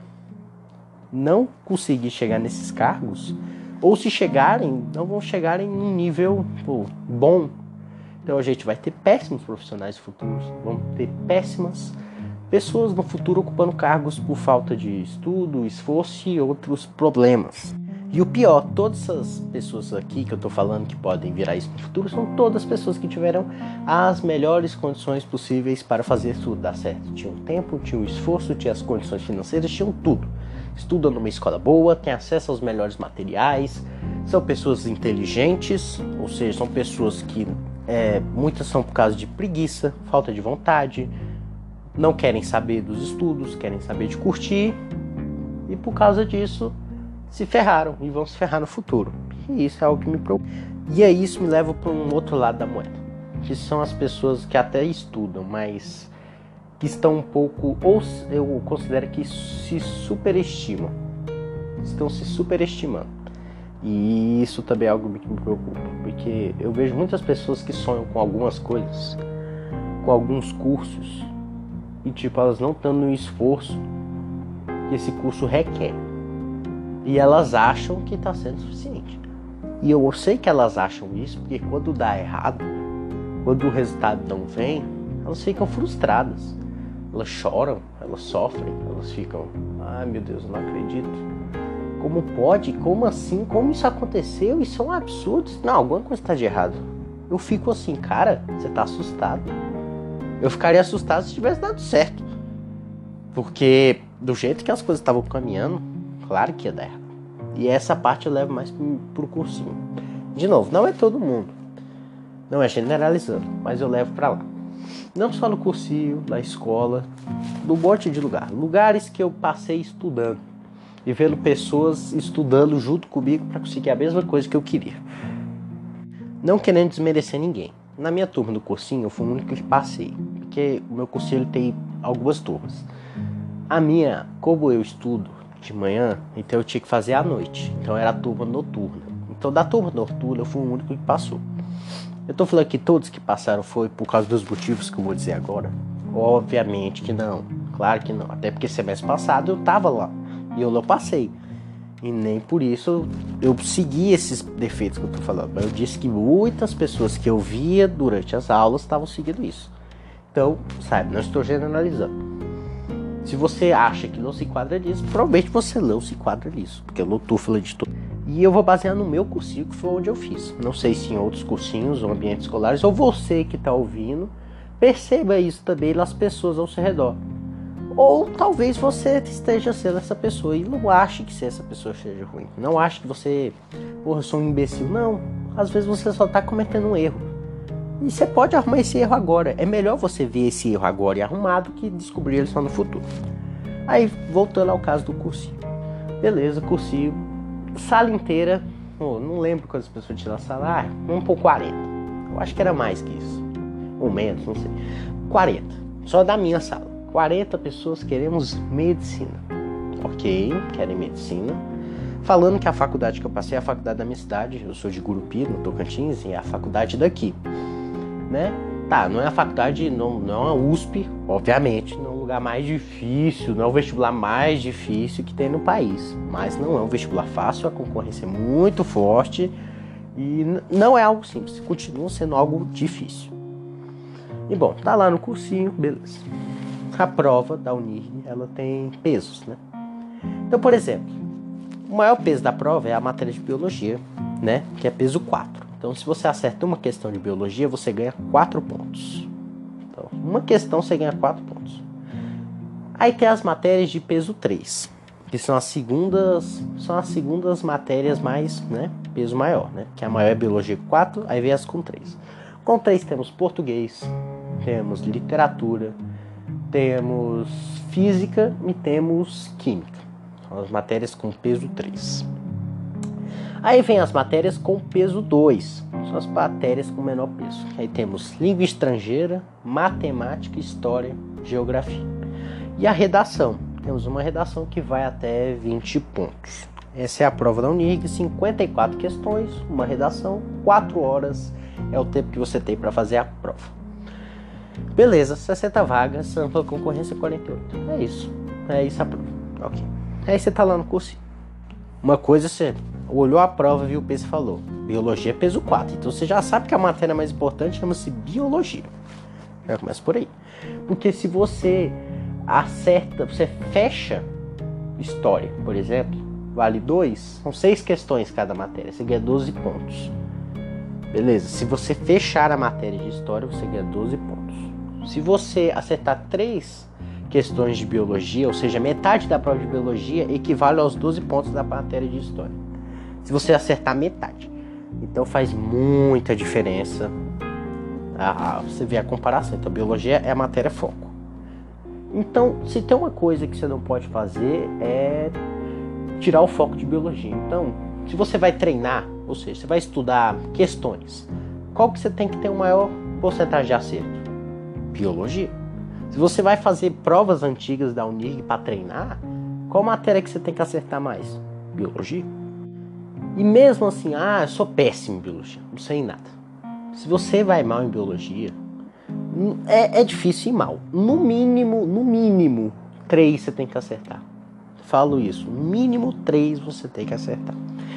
não conseguir chegar nesses cargos, ou se chegarem, não vão chegar em um nível bom. Então a gente vai ter péssimos profissionais futuros, vamos ter péssimas pessoas no futuro ocupando cargos por falta de estudo, esforço e outros problemas. E o pior, todas essas pessoas aqui que eu tô falando que podem virar isso no futuro são todas pessoas que tiveram as melhores condições possíveis para fazer tudo dar certo. Tinham tempo, tinham esforço, tinham as condições financeiras, tinham tudo. Estudam numa escola boa, têm acesso aos melhores materiais, são pessoas inteligentes, ou seja, são pessoas que muitas são por causa de preguiça, falta de vontade, não querem saber dos estudos, querem saber de curtir, e por causa disso se ferraram e vão se ferrar no futuro. E isso é algo que me preocupa. E aí isso me leva para um outro lado da moeda, que são as pessoas que até estudam, mas que estão um pouco, ou eu considero que se superestimam. Estão se superestimando. E isso também é algo que me preocupa, porque eu vejo muitas pessoas que sonham com algumas coisas, com alguns cursos, e elas não estão no esforço que esse curso requer. E elas acham que está sendo suficiente. E eu sei que elas acham isso, porque quando dá errado, quando o resultado não vem, elas ficam frustradas. Elas choram, elas sofrem, elas ficam, ai meu Deus, eu não acredito. Como pode? Como assim? Como isso aconteceu? Isso é um absurdo. Não, alguma coisa está de errado. Eu fico assim, cara, você está assustado. Eu ficaria assustado se tivesse dado certo. Porque do jeito que as coisas estavam caminhando, claro que ia dar errado. E essa parte eu levo mais pro cursinho. De novo, não é todo mundo. Não é generalizando, mas eu levo pra lá. Não só no cursinho, na escola, no monte de lugar. Lugares que eu passei estudando. E vendo pessoas estudando junto comigo para conseguir a mesma coisa que eu queria. Não querendo desmerecer ninguém. Na minha turma do cursinho, eu fui o único que passei. Porque o meu cursinho ele tem algumas turmas. A minha, como eu estudo de manhã, então eu tinha que fazer à noite. Então era a turma noturna. Então da turma noturna eu fui o único que passou. Eu tô falando que todos que passaram foi por causa dos motivos que eu vou dizer agora? Obviamente que não. Claro que não. Até porque semestre passado eu tava lá. E eu não passei. E nem por isso eu segui esses defeitos que eu tô falando. Mas eu disse que muitas pessoas que eu via durante as aulas estavam seguindo isso. Então, sabe, não estou generalizando. Se você acha que não se enquadra nisso, provavelmente você não se enquadra nisso. Porque eu não tô falando de tudo. E eu vou basear no meu cursinho, que foi onde eu fiz. Não sei se em outros cursinhos ou ambientes escolares, ou você que está ouvindo, perceba isso também nas pessoas ao seu redor. Ou talvez você esteja sendo essa pessoa e não ache que essa pessoa seja ruim. Não ache que você, eu sou um imbecil. Não, às vezes você só está cometendo um erro. E você pode arrumar esse erro agora. É melhor você ver esse erro agora e arrumar do que descobrir ele só no futuro. Aí, voltando ao caso do cursinho. Beleza, cursinho. Sala inteira. Não lembro quantas pessoas tinham na sala. Vamos por 40. Eu acho que era mais que isso. Ou menos, não sei. 40. Só da minha sala. 40 pessoas queremos medicina. Ok, querem medicina. Falando que a faculdade que eu passei é a faculdade da minha cidade. Eu sou de Gurupi, no Tocantins, e é a faculdade daqui. Né? Tá, não é a faculdade, não é a USP, obviamente, não é o lugar mais difícil, não é o vestibular mais difícil que tem no país, mas não é um vestibular fácil, a concorrência é muito forte e não é algo simples, continua sendo algo difícil. E bom, tá lá no cursinho, beleza. A prova da Unirg, ela tem pesos, né? Então, por exemplo, o maior peso da prova é a matéria de biologia, né? Que é peso 4. Então, se você acerta uma questão de biologia, você ganha 4 pontos. Então, uma questão você ganha 4 pontos. Aí tem as matérias de peso 3, que são as segundas matérias mais, né, peso maior, né? Que a maior é biologia 4, aí vem as com 3. Com 3 temos português, temos literatura, temos física e temos química. São as matérias com peso 3. Aí vem as matérias com peso 2. São as matérias com menor peso. Aí temos língua estrangeira, matemática, história, geografia. E a redação. Temos uma redação que vai até 20 pontos. Essa é a prova da Unirg, 54 questões, uma redação, 4 horas é o tempo que você tem para fazer a prova. Beleza, 60 vagas, ampla concorrência 48. É isso a prova. Ok. Aí você tá lá no cursinho. Uma coisa, você olhou a prova, viu o peso e falou: biologia é peso 4. Então você já sabe que a matéria mais importante chama-se biologia. Já começa por aí. Porque se você acerta, você fecha história, por exemplo, vale 2, são 6 questões cada matéria, você ganha 12 pontos. Beleza, se você fechar a matéria de história, você ganha 12 pontos. Se você acertar 3 questões de biologia, ou seja, metade da prova de biologia equivale aos 12 pontos da matéria de história. Se você acertar metade. Então faz muita diferença. Você vê a comparação. Então biologia é a matéria foco. Então, se tem uma coisa que você não pode fazer é tirar o foco de biologia. Então, se você vai treinar, ou seja, você vai estudar questões, qual que você tem que ter uma maior porcentagem de acerto? Biologia. Se você vai fazer provas antigas da Unirg para treinar, qual matéria que você tem que acertar mais? Biologia. E mesmo assim, eu sou péssimo em biologia, não sei nada. Se você vai mal em biologia, é difícil ir mal. No mínimo, 3 você tem que acertar. Falo isso, no mínimo 3 você tem que acertar.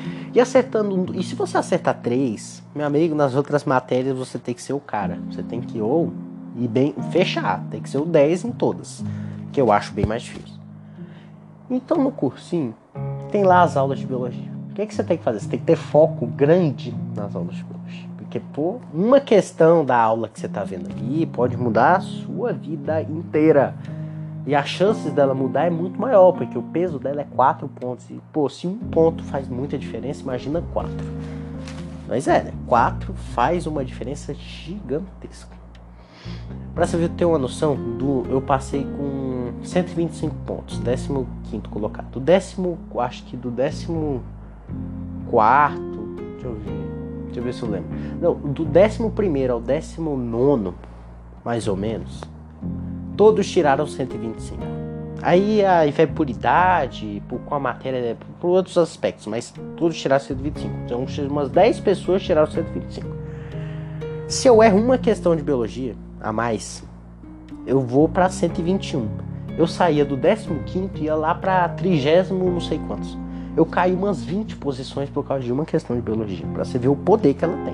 E se você acertar 3, meu amigo, nas outras matérias você tem que ser o cara. Você tem que ir bem, fechar, tem que ser o 10 em todas, que eu acho bem mais difícil. Então no cursinho, tem lá as aulas de biologia. O que você tem que fazer? Você tem que ter foco grande nas aulas de biologia. Porque, uma questão da aula que você está vendo ali pode mudar a sua vida inteira. E as chances dela mudar é muito maior, porque o peso dela é 4 pontos. E, se 1 ponto faz muita diferença, imagina 4. Mas né? 4 faz uma diferença gigantesca. Para você ter uma noção, eu passei com 125 pontos, 15º colocado. Do 14º, deixa eu ver se eu lembro. Não, do 11º ao 19º, mais ou menos, todos tiraram 125. Aí vai por idade, com a matéria, por outros aspectos, mas todos tiraram 125. Então umas 10 pessoas tiraram 125. Se eu erro uma questão de biologia a mais, eu vou para 121. Eu saía do 15º e ia lá para 30º, não sei quantos. Eu caí umas 20 posições por causa de uma questão de biologia, para você ver o poder que ela tem.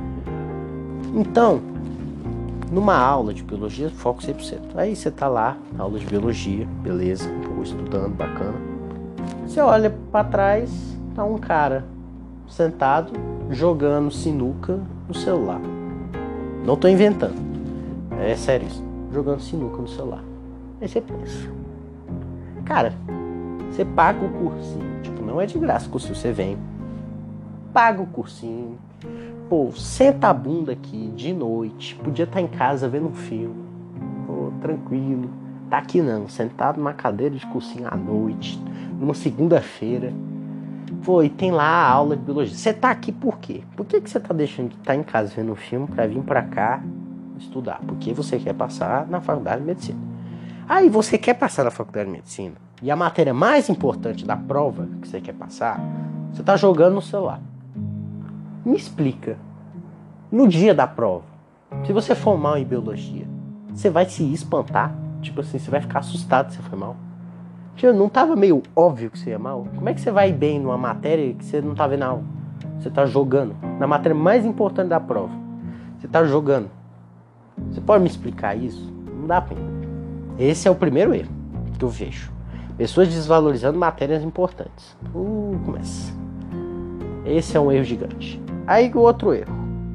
Então, numa aula de biologia, foco 100%. Aí você tá lá, aula de biologia, beleza, estudando, bacana. Você olha para trás, tá um cara sentado, jogando sinuca no celular. Não tô inventando, é sério isso, jogando sinuca no celular. Aí você pensa, cara, você paga o cursinho, não é de graça o cursinho, você vem, paga o cursinho, senta a bunda aqui de noite, podia estar em casa vendo um filme, tranquilo, tá aqui não, sentado numa cadeira de cursinho à noite, numa segunda-feira, e tem lá a aula de biologia. Você tá aqui por quê? Por que você tá deixando de estar em casa vendo um filme para vir para cá estudar? Porque você quer passar na faculdade de medicina. Aí você quer passar na faculdade de medicina, e a matéria mais importante da prova que você quer passar, você tá jogando no celular. Me explica, no dia da prova, se você for mal em biologia, você vai se espantar? Tipo assim, você vai ficar assustado se você for mal? Não tava meio óbvio que você ia mal? Como é que você vai bem numa matéria que você não tá vendo a aula? Você tá jogando, na matéria mais importante da prova. Você tá jogando. Você pode me explicar isso? Não dá pra entender. Esse é o primeiro erro que eu vejo. Pessoas desvalorizando matérias importantes. Começa. Esse é um erro gigante. Aí o outro erro.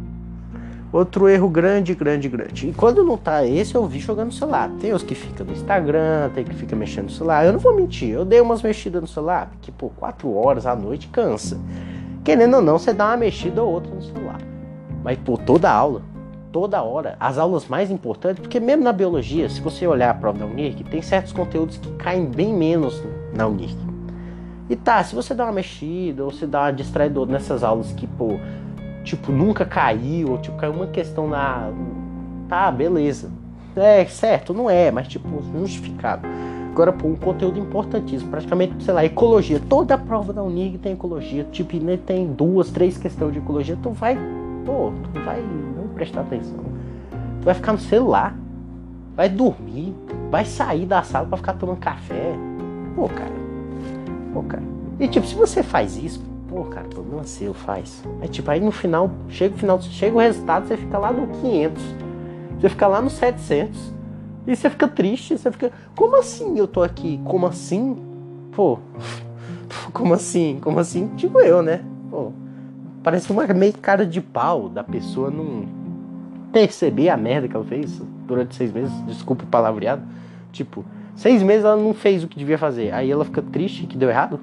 Outro erro grande. E quando não tá esse, eu vi jogando no celular. Tem os que ficam no Instagram, tem que fica mexendo no celular. Eu não vou mentir, eu dei umas mexidas no celular, porque 4 horas à noite cansa. Querendo ou não, você dá uma mexida ou outra no celular. Mas toda aula, toda hora as aulas mais importantes, porque mesmo na biologia, se você olhar a prova da Unirc, tem certos conteúdos que caem bem menos na Unirc. E tá, se você dá uma mexida ou se dá uma distraidor nessas aulas que, pô, tipo, nunca caiu, ou tipo, caiu uma questão na... Tá, beleza. É, certo, não é, mas tipo, justificado. Agora, pô, um conteúdo importantíssimo, praticamente, sei lá, ecologia. Toda a prova da Unig tem ecologia, tipo, tem 2, 3 questões de ecologia, tu vai não prestar atenção. Tu vai ficar no celular, vai dormir, vai sair da sala pra ficar tomando café. Pô, cara. E tipo, se você faz isso, pô, cara, problema seu, faz. Aí tipo, aí no final, chega o resultado, você fica lá no 500, você fica lá no 700, e você fica triste, você fica, como assim eu tô aqui? Como assim? Pô, como assim? Digo eu, né? Pô, parece uma meio cara de pau da pessoa não perceber a merda que ela fez durante 6 meses, desculpa o palavreado. Tipo, 6 meses ela não fez o que devia fazer, aí ela fica triste que deu errado?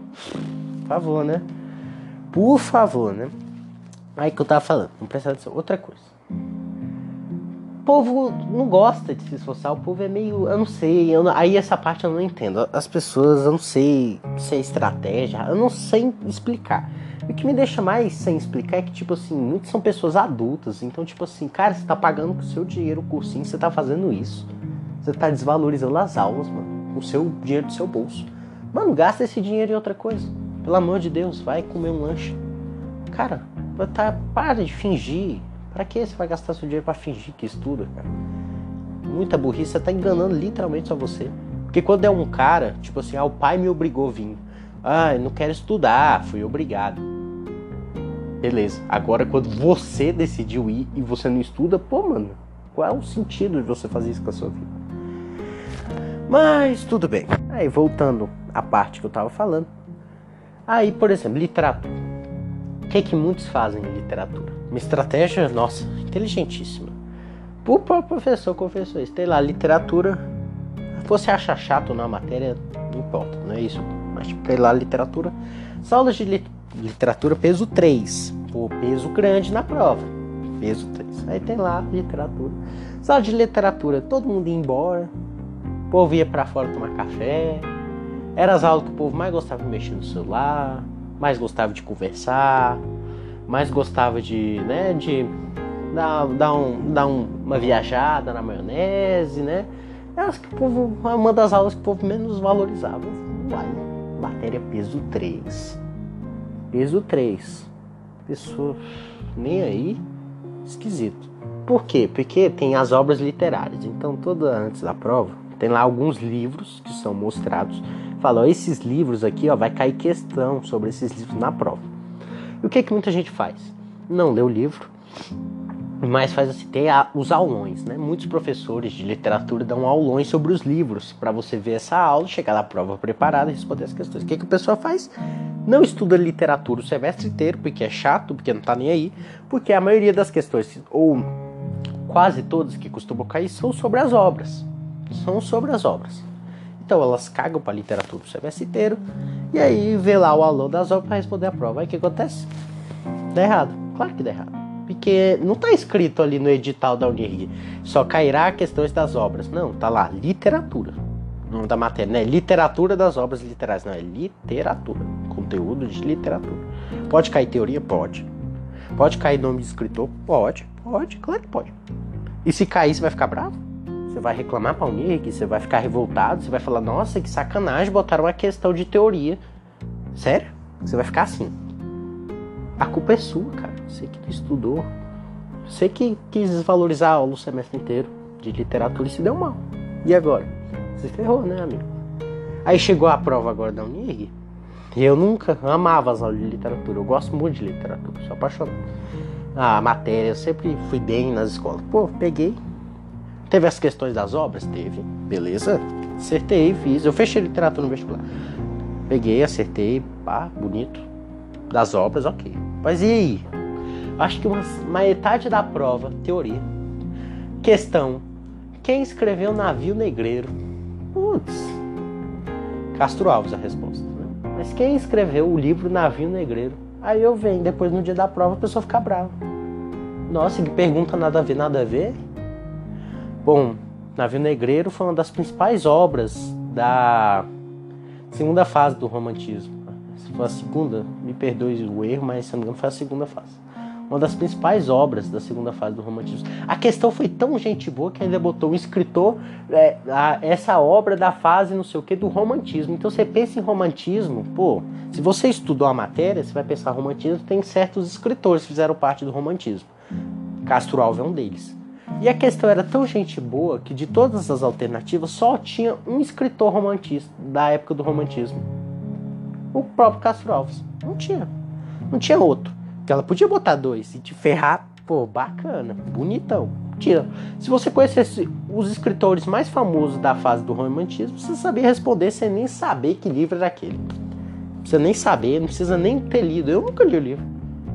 Por favor, né? Aí que eu tava falando, não presta atenção. Outra coisa, o povo não gosta de se esforçar, o povo é meio, eu não sei, aí essa parte eu não entendo. As pessoas, eu não sei se é estratégia, eu não sei explicar. O que me deixa mais sem explicar é que, tipo assim, muitas são pessoas adultas, então, tipo assim, cara, você tá pagando com o seu dinheiro o cursinho, você tá fazendo isso, você tá desvalorizando as aulas, mano, com o seu dinheiro do seu bolso. Mano, gasta esse dinheiro em outra coisa, pelo amor de Deus, vai comer um lanche. Cara, para de fingir. Pra que você vai gastar seu dinheiro pra fingir que estuda, cara? Muita burrice, você tá enganando literalmente só você. Porque quando é um cara, tipo assim, o pai me obrigou a vir. Eu não quero estudar, fui obrigado. Beleza, agora quando você decidiu ir e você não estuda, pô, mano, qual é o sentido de você fazer isso com a sua vida? Mas tudo bem. Aí voltando à parte que eu tava falando. Aí, por exemplo, literatura. O que muitos fazem em literatura? Uma estratégia, nossa, inteligentíssima. O próprio professor confessou isso. Tem lá, literatura. Se você achar chato na matéria, não importa, não é isso. Mas tem lá, literatura. As aulas de literatura, peso 3. Pô, peso grande na prova. Peso 3. Aí tem lá, literatura. As aulas de literatura, todo mundo ia embora. O povo ia pra fora tomar café. Eram as aulas que o povo mais gostava de mexer no celular, mais gostava de conversar, mais gostava de, né, de dar uma viajada na maionese, né? Uma das aulas que o povo menos valorizava. Vai, matéria peso 3. Peso 3. Pessoa nem aí, esquisito. Por quê? Porque tem as obras literárias. Então, antes da prova, tem lá alguns livros que são mostrados. Fala, esses livros aqui, vai cair questão sobre esses livros na prova. E o que muita gente faz? Não lê o livro, mas faz assim, tem os aulões, né? Muitos professores de literatura dão aulões sobre os livros, para você ver essa aula, chegar na prova preparada e responder as questões. O que o pessoal faz? Não estuda literatura o semestre inteiro, porque é chato, porque não tá nem aí, porque a maioria das questões, ou quase todas que costumam cair, são sobre as obras. Então elas cagam pra literatura o semestre inteiro, e aí vê lá o aulão das obras para responder a prova. Aí o que acontece? Dá errado. Claro que dá errado. Porque não tá escrito ali no edital da Unirg, só cairá questões das obras. Não, tá lá, literatura. O nome da matéria, não é literatura das obras literárias, não, é literatura. Conteúdo de literatura. Pode cair teoria? Pode. Pode cair nome de escritor? Pode, claro que pode. E se cair, você vai ficar bravo? Você vai reclamar pra Unirg, você vai ficar revoltado, você vai falar, nossa, que sacanagem, botaram uma questão de teoria. Sério? Você vai ficar assim. A culpa é sua, cara. Você que não estudou. Você que quis desvalorizar a aula o semestre inteiro de literatura e se deu mal. E agora? Você ferrou, né, amigo? Aí chegou a prova agora da Unirg, e eu nunca amava as aulas de literatura. Eu gosto muito de literatura, sou apaixonado. A matéria, eu sempre fui bem nas escolas. Pô, peguei. Teve as questões das obras? Teve. Beleza. Acertei, fiz. Eu fechei literatura no vestibular. Peguei, acertei. Pá, bonito. Das obras, ok. Mas e aí? Acho que uma metade da prova, teoria. Questão. Quem escreveu Navio Negreiro? Putz. Castro Alves a resposta, né? Mas quem escreveu o livro Navio Negreiro? Aí eu venho, depois no dia da prova a pessoa fica brava. Nossa, que pergunta nada a ver, nada a ver. Bom, Navio Negreiro foi uma das principais obras da segunda fase do romantismo. Se for a segunda, me perdoe o erro, mas se não me engano foi a segunda fase. Uma das principais obras da segunda fase do romantismo. A questão foi tão gente boa que ainda botou um escritor, essa obra da fase não sei o que do romantismo. Então você pensa em romantismo, pô, se você estudou a matéria, você vai pensar romantismo, tem certos escritores que fizeram parte do romantismo. Castro Alves é um deles. E a questão era tão gente boa que de todas as alternativas só tinha um escritor romantista da época do romantismo. O próprio Castro Alves. Não tinha outro. Que ela podia botar 2 e te ferrar, pô, bacana, bonitão. Tira. Se você conhecesse os escritores mais famosos da fase do romantismo, você sabia responder sem nem saber que livro era aquele. Não precisa nem saber, não precisa nem ter lido. Eu nunca li o livro.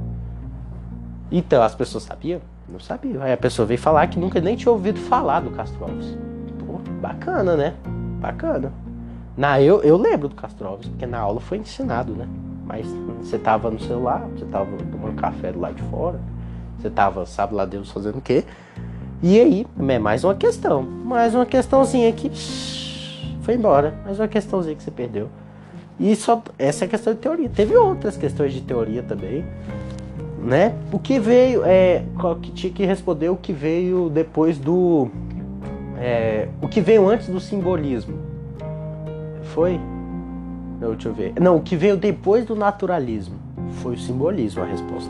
Então, as pessoas sabiam? Não sabiam. Aí a pessoa veio falar que nunca nem tinha ouvido falar do Castro Alves. Pô, bacana, né? Bacana. Eu lembro do Castro Alves, porque na aula foi ensinado, né? Mas você tava no celular, você tava tomando café do lado de fora, você tava, sabe lá Deus fazendo o quê? E aí, mais uma questãozinha que foi embora, mais uma questãozinha que você perdeu. E só essa é a questão de teoria. Teve outras questões de teoria também, né? O que veio, que tinha que responder o que veio depois do, o que veio antes do simbolismo. Foi? Deixa eu ver. Não, o que veio depois do naturalismo foi o simbolismo, a resposta.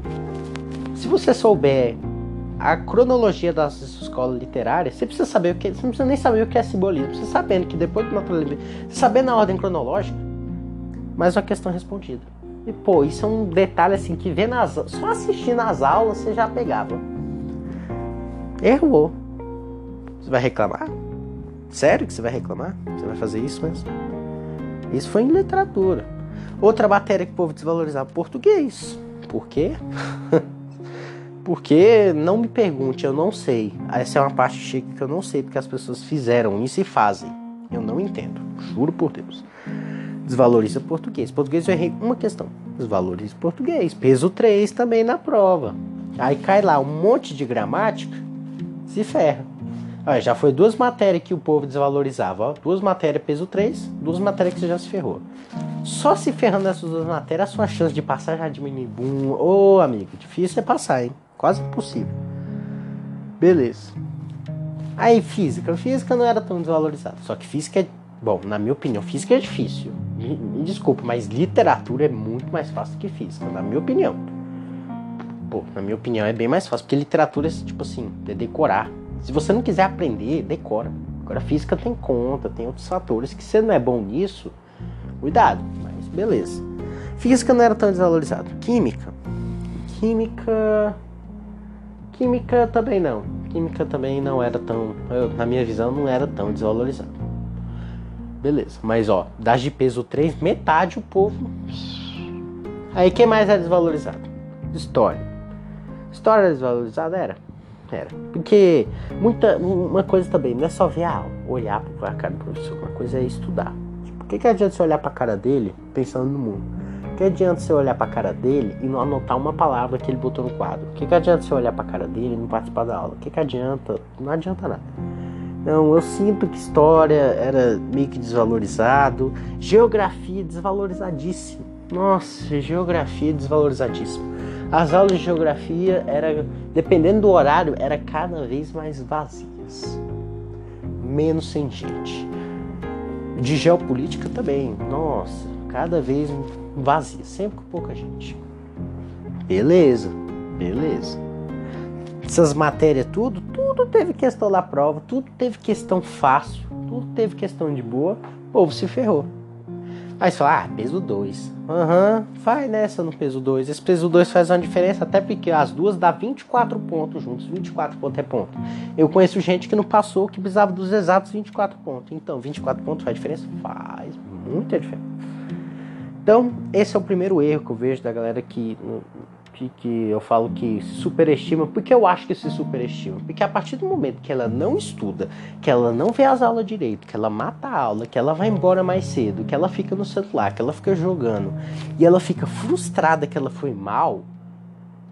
Se você souber a cronologia da escola literária, você precisa saber você não precisa nem saber o que é simbolismo. Você sabendo que depois do naturalismo, você sabendo a ordem cronológica, mais uma questão respondida. E pô, isso é um detalhe assim que só assistindo as aulas você já pegava. Errou. Você vai reclamar? Sério que você vai reclamar? Você vai fazer isso mesmo? Isso foi em literatura. Outra matéria que o povo desvalorizava, português. Por quê? Porque, não me pergunte, eu não sei. Essa é uma parte chique que eu não sei, porque as pessoas fizeram isso e fazem. Eu não entendo, juro por Deus. Desvaloriza português. Português eu errei uma questão. Desvaloriza português. Peso 3 também na prova. Aí cai lá um monte de gramática, se ferra. Olha, já foi 2 matérias que o povo desvalorizava. Ó. 2 matérias peso 3, 2 matérias que você já se ferrou. Só se ferrando nessas 2 matérias, a sua chance de passar já diminui. Ô, amigo, difícil é passar, hein? Quase impossível. Beleza. Aí, física. Física não era tão desvalorizada. Só que física é... Bom, na minha opinião, física é difícil. Me desculpa, mas literatura é muito mais fácil que física, na minha opinião. Pô, na minha opinião é bem mais fácil. Porque literatura é tipo assim, é decorar. Se você não quiser aprender, decora. Agora, física tem conta, tem outros fatores que você não é bom nisso, cuidado, mas beleza. Física não era tão desvalorizado. Química também não. Química também não era tão, na minha visão, não era tão desvalorizado. Beleza, mas ó, das de peso 3, metade o povo. Aí, quem mais era desvalorizado? História. História era desvalorizada? Era. Porque uma coisa também, não é só ver a aula, olhar para a cara do professor, uma coisa é estudar. Tipo, o que adianta você olhar para a cara dele pensando no mundo? O que adianta você olhar para a cara dele e não anotar uma palavra que ele botou no quadro? O que adianta você olhar para a cara dele e não participar da aula? O que adianta? Não adianta nada. Então, eu sinto que história era meio que desvalorizado, geografia desvalorizadíssimo. Nossa, geografia desvalorizadíssimo. As aulas de geografia, dependendo do horário, era cada vez mais vazias. Menos sem gente. De geopolítica também. Nossa, cada vez vazia. Sempre com pouca gente. Beleza. Essas matérias, tudo teve questão na prova. Tudo teve questão fácil. Tudo teve questão de boa. O povo se ferrou. Aí você fala, peso 2. Vai nessa no peso 2. Esse peso 2 faz uma diferença, até porque as duas dá 24 pontos juntos. 24 pontos é ponto. Eu conheço gente que não passou, que precisava dos exatos 24 pontos. Então, 24 pontos faz diferença? Faz muita diferença. Então, esse é o primeiro erro que eu vejo da galera que eu falo que se superestima. Por que eu acho que se superestima? Porque a partir do momento que ela não estuda, que ela não vê as aulas direito, que ela mata a aula, que ela vai embora mais cedo, que ela fica no celular, que ela fica jogando, e ela fica frustrada que ela foi mal,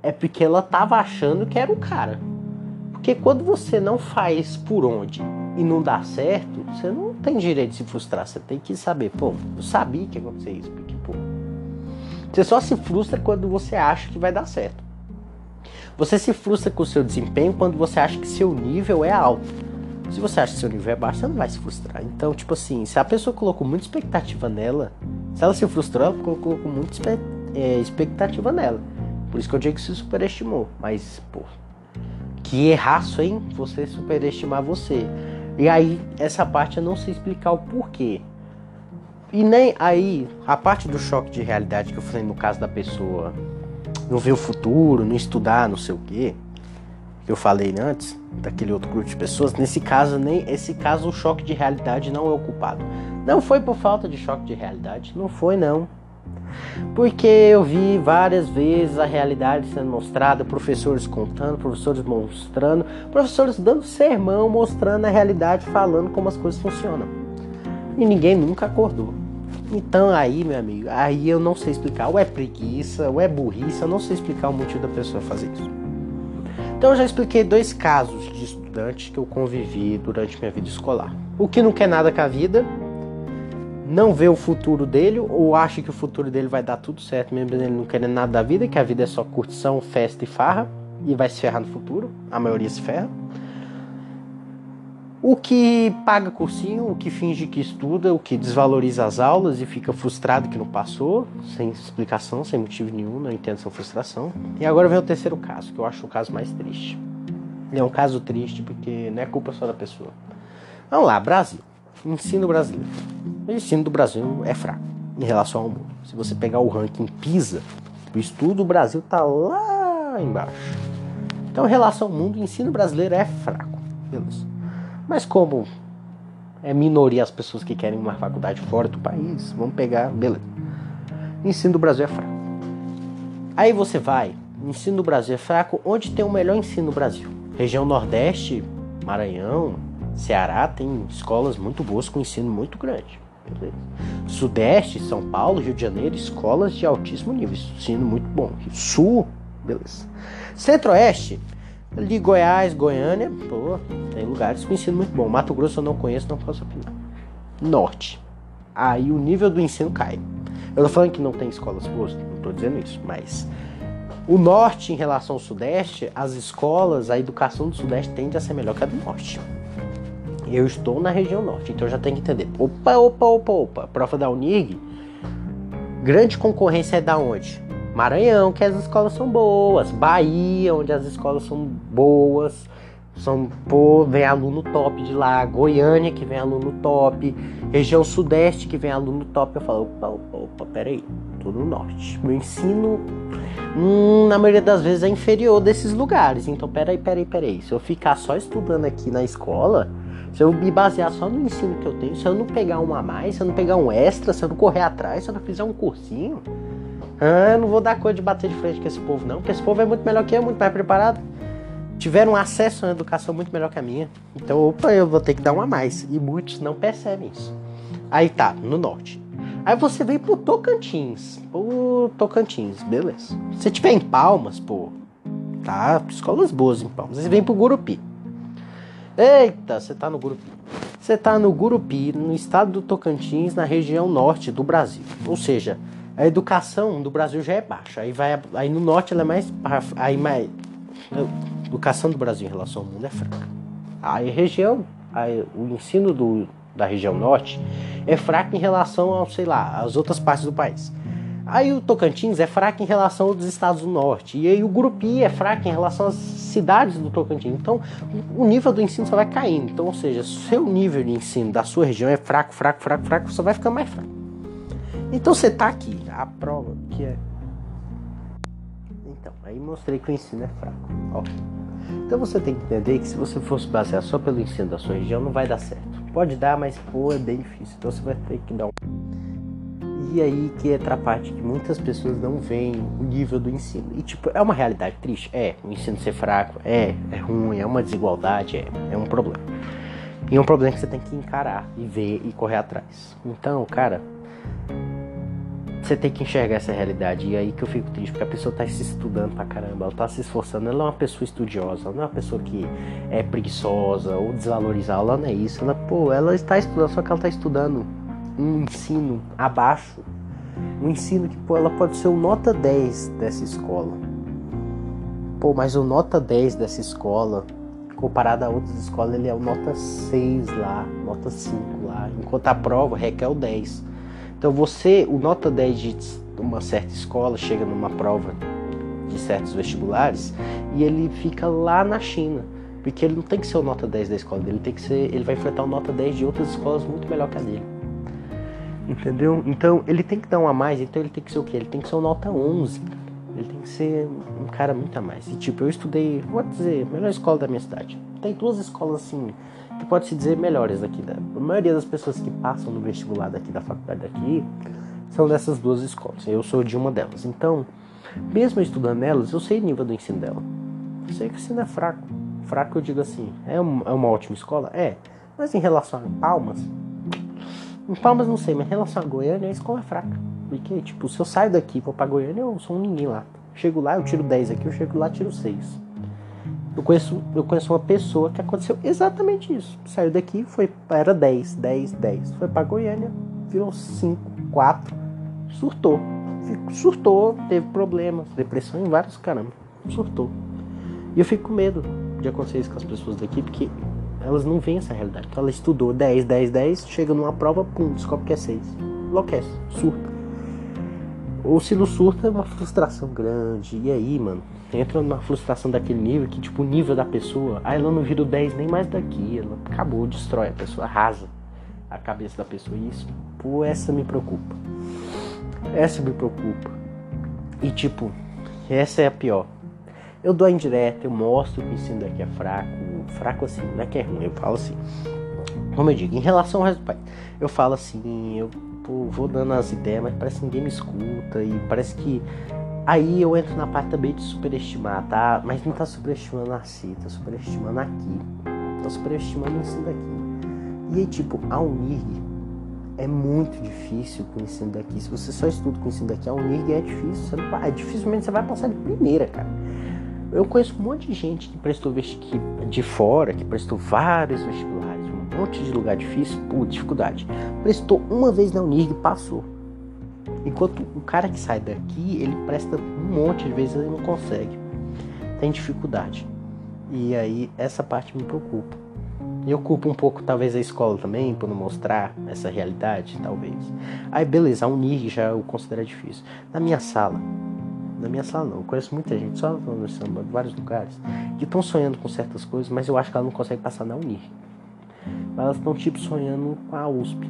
é porque ela tava achando que era o cara. Porque quando você não faz por onde e não dá certo, você não tem direito de se frustrar. Você tem que saber, pô, eu sabia que ia acontecer isso. Porque, pô, você só se frustra quando você acha que vai dar certo. Você se frustra com o seu desempenho quando você acha que seu nível é alto. Se você acha que seu nível é baixo, você não vai se frustrar. Então, tipo assim, se a pessoa colocou muita expectativa nela, se ela se frustrou, ela colocou muita expectativa nela. Por isso que eu digo que se superestimou. Mas, pô, que erraço, hein? Você superestimar você. E aí, essa parte eu não sei explicar o porquê. E nem aí, a parte do choque de realidade que eu falei no caso da pessoa não ver o futuro, não estudar, não sei o quê, que eu falei antes, daquele outro grupo de pessoas, nesse caso, o choque de realidade não é o culpado. Não foi por falta de choque de realidade, não foi não. Porque eu vi várias vezes a realidade sendo mostrada, professores contando, professores mostrando, professores dando sermão, mostrando a realidade, falando como as coisas funcionam. E ninguém nunca acordou. Então aí, meu amigo, aí eu não sei explicar, ou é preguiça, ou é burrice, eu não sei explicar o motivo da pessoa fazer isso. Então eu já expliquei 2 casos de estudantes que eu convivi durante minha vida escolar. O que não quer nada com a vida, não vê o futuro dele, ou acha que o futuro dele vai dar tudo certo, mesmo ele não querendo nada da vida, que a vida é só curtição, festa e farra, e vai se ferrar no futuro, a maioria se ferra. O que paga cursinho, o que finge que estuda, o que desvaloriza as aulas e fica frustrado que não passou, sem explicação, sem motivo nenhum, não entendo essa frustração. E agora vem o terceiro caso, que eu acho o caso mais triste. É um caso triste porque não é culpa só da pessoa. Vamos lá, Brasil. Ensino brasileiro. O ensino do Brasil é fraco em relação ao mundo. Se você pegar o ranking PISA, o estudo, o Brasil está lá embaixo. Então, em relação ao mundo, o ensino brasileiro é fraco. Beleza. Mas como é minoria as pessoas que querem uma faculdade fora do país, vamos pegar, beleza. O ensino do Brasil é fraco. Aí você vai, o ensino do Brasil é fraco, onde tem o melhor ensino no Brasil? Região Nordeste, Maranhão, Ceará tem escolas muito boas com ensino muito grande. Beleza. Sudeste, São Paulo, Rio de Janeiro, escolas de altíssimo nível, ensino muito bom. Sul, beleza. Centro-Oeste, ali Goiás, Goiânia, pô, tem lugares com ensino muito bom. Mato Grosso eu não conheço, não posso opinar. Norte, aí o nível do ensino cai. Eu tô falando que não tem escolas boas, não tô dizendo isso, mas o Norte em relação ao Sudeste, as escolas, a educação do Sudeste tende a ser melhor que a do Norte. Eu estou na região Norte, então eu já tenho que entender. Opa, prova da Unig, grande concorrência é da onde? Maranhão, que as escolas são boas. Bahia, onde as escolas são boas. Vem aluno top de lá. Goiânia, que vem aluno top. Região Sudeste, que vem aluno top. Eu falo, opa, peraí. Tô no Norte. Meu ensino, na maioria das vezes, é inferior desses lugares. Então, peraí. Se eu ficar só estudando aqui na escola, se eu me basear só no ensino que eu tenho, se eu não pegar um a mais, se eu não pegar um extra, se eu não correr atrás, se eu não fizer um cursinho, eu não vou dar coisa de bater de frente com esse povo não, porque esse povo é muito melhor que eu, muito mais preparado. Tiveram acesso a uma educação muito melhor que a minha. Então, eu vou ter que dar um a mais. E muitos não percebem isso. Aí tá, no Norte. Aí você vem pro Tocantins. Beleza. Se tiver em Palmas, pô, tá, escolas boas em Palmas. Aí você vem pro Gurupi. Eita, você tá no Gurupi. Você tá no Gurupi, no estado do Tocantins, na região norte do Brasil. Ou seja, a educação do Brasil já é baixa. Aí no norte ela é mais... A educação do Brasil em relação ao mundo é fraca. O ensino da região norte é fraco em relação ao, às outras partes do país. Aí o Tocantins é fraco em relação aos estados do norte. E aí o Gurupi é fraco em relação às cidades do Tocantins. Então o nível do ensino só vai caindo. Então, ou seja, seu nível de ensino da sua região é fraco, só vai ficar mais fraco. Então você tá aqui, a prova que é... Então, aí mostrei que o ensino é fraco. Ó. Então você tem que entender que se você fosse basear só pelo ensino da sua região, não vai dar certo. Pode dar, mas é bem difícil. Então você vai ter que dar um... E aí que entra a parte que muitas pessoas não veem o nível do ensino. E é uma realidade triste? O ensino ser fraco, é ruim, é uma desigualdade, é um problema. E é um problema que você tem que encarar e ver e correr atrás. Então, cara, você tem que enxergar essa realidade. E aí que eu fico triste, porque a pessoa tá se estudando pra caramba, ela tá se esforçando, ela é uma pessoa estudiosa, ela não é uma pessoa que é preguiçosa ou desvalorizada, ela não é isso. Ela está estudando, só que ela tá estudando um ensino abaixo. Um ensino que, ela pode ser o nota 10 dessa escola. Mas o nota 10 dessa escola, comparado a outras escolas, ele é o nota 6 lá, nota 5 lá. Enquanto a prova requer o 10. Então o nota 10 de uma certa escola chega numa prova de certos vestibulares e ele fica lá na China. Porque ele não tem que ser o nota 10 da escola dele, ele vai enfrentar o nota 10 de outras escolas muito melhor que a dele. Entendeu? Então ele tem que dar um a mais, então ele tem que ser o quê? Ele tem que ser o nota 11. Ele tem que ser um cara muito a mais. E eu estudei, vou dizer, a melhor escola da minha cidade. Tem 2 escolas assim, que pode-se dizer melhores aqui. A maioria das pessoas que passam no vestibular daqui, da faculdade daqui, são dessas 2 escolas. Eu sou de uma delas. Então, mesmo eu estudando nelas, eu sei o nível do ensino dela. Eu sei que o ensino é fraco. Fraco eu digo assim, é uma ótima escola? É. Mas em relação a Palmas, em Palmas não sei, mas em relação a Goiânia, a escola é fraca. Porque, se eu saio daqui e vou pra Goiânia, eu sou um ninguém lá. Chego lá, eu tiro 10 aqui, eu chego lá, tiro 6. Eu conheço uma pessoa que aconteceu exatamente isso. Saiu daqui, era 10, 10, 10. Foi pra Goiânia, virou 5, 4, surtou, teve problemas, depressão em vários caramba, surtou. E eu fico com medo de acontecer isso com as pessoas daqui, porque elas não veem essa realidade. Então ela estudou 10, 10, 10, chega numa prova, descobre que é 6. Enlouquece, surta. Ou se não surta, é uma frustração grande. E aí, mano, entra numa frustração daquele nível que, o nível da pessoa, ela não vira o 10 nem mais daqui. Ela acabou, destrói a pessoa, arrasa a cabeça da pessoa. E isso, essa me preocupa. Essa me preocupa. E, essa é a pior. Eu dou a indireta, eu mostro que o ensino daqui é fraco. Fraco assim, não é que é ruim, eu falo assim. Como eu digo, em relação ao resto do país, eu falo assim, eu vou dando as ideias, mas parece que ninguém me escuta. E parece que aí eu entro na parte também de superestimar, tá? Mas não tá superestimando assim, tá superestimando aqui. Tá superestimando o ensino daqui. E aí, a Unirg é muito difícil com o ensino daqui. Se você só estuda com o ensino daqui, a Unirg é difícil. Dificilmente você vai passar de primeira, cara. Eu conheço um monte de gente que prestou de fora, que prestou vários vestibulares, um monte de lugar difícil, dificuldade. Prestou uma vez na Unirg e passou. Enquanto o cara que sai daqui, ele presta um monte de vezes e ele não consegue. Tem dificuldade. E aí, essa parte me preocupa. Eu culpo um pouco, talvez, a escola também, por não mostrar essa realidade, talvez. Aí, beleza, a Unirg já eu considero difícil. Na minha sala não, eu conheço muita gente, só no samba, de vários lugares, que estão sonhando com certas coisas, mas eu acho que elas não conseguem passar na Unirg. Elas estão sonhando com a USP.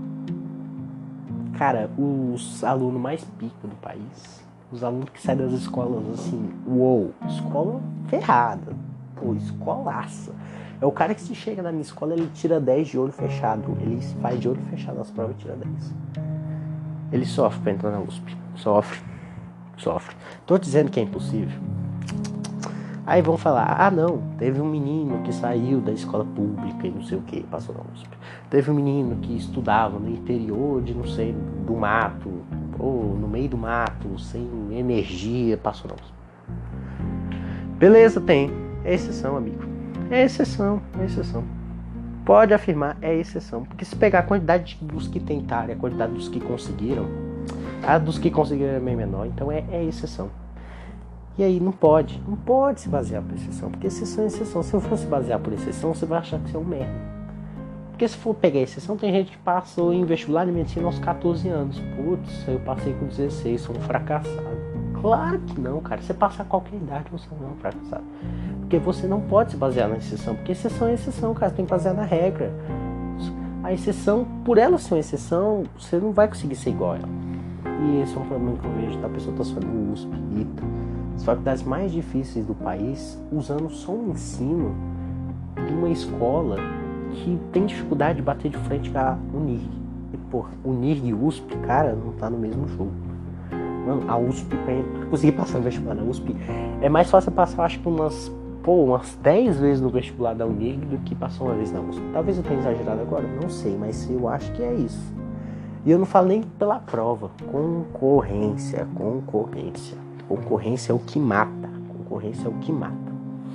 Cara, os alunos mais pica do país, os alunos que saem das escolas assim, escola ferrada, escolaça. É o cara que se chega na minha escola, ele tira 10 de olho fechado, ele faz de olho fechado as provas e tira 10. Ele sofre pra entrar na USP, sofre. Tô dizendo que é impossível. Aí vão falar, não, teve um menino que saiu da escola pública e não sei o que, passou na USP. Teve um menino que estudava no interior de, não sei, do mato, ou no meio do mato, sem energia, passou na USP. Beleza, tem. É exceção, amigo. É exceção. Pode afirmar, é exceção. Porque se pegar a quantidade dos que tentaram e a quantidade dos que conseguiram, a dos que conseguiram é bem menor, então é exceção. E aí não pode se basear por exceção, porque exceção é exceção. Se eu for se basear por exceção, você vai achar que você é um merda. Porque se for pegar exceção, tem gente que passou em vestibular de medicina aos 14 anos. Eu passei com 16, sou um fracassado. Claro que não, cara. Você passar qualquer idade, você não é um fracassado. Porque você não pode se basear na exceção, porque exceção é exceção, cara. Você tem que basear na regra. A exceção, por ela ser uma exceção, você não vai conseguir ser igual a ela. E esse é um problema que eu vejo, tá? A pessoa tá fazendo USP, ITA, as faculdades mais difíceis do país, usando só um ensino de uma escola que tem dificuldade de bater de frente com a Unirg. E, Unirg e USP, cara, não tá no mesmo jogo. Mano, a USP, pra conseguir passar no vestibular da USP, é mais fácil passar, acho que umas 10 vezes no vestibular da Unirg do que passar uma vez na USP. Talvez eu tenha exagerado agora, não sei, mas eu acho que é isso. E eu não falo nem pela prova. Concorrência. Concorrência é o que mata. Concorrência é o que mata.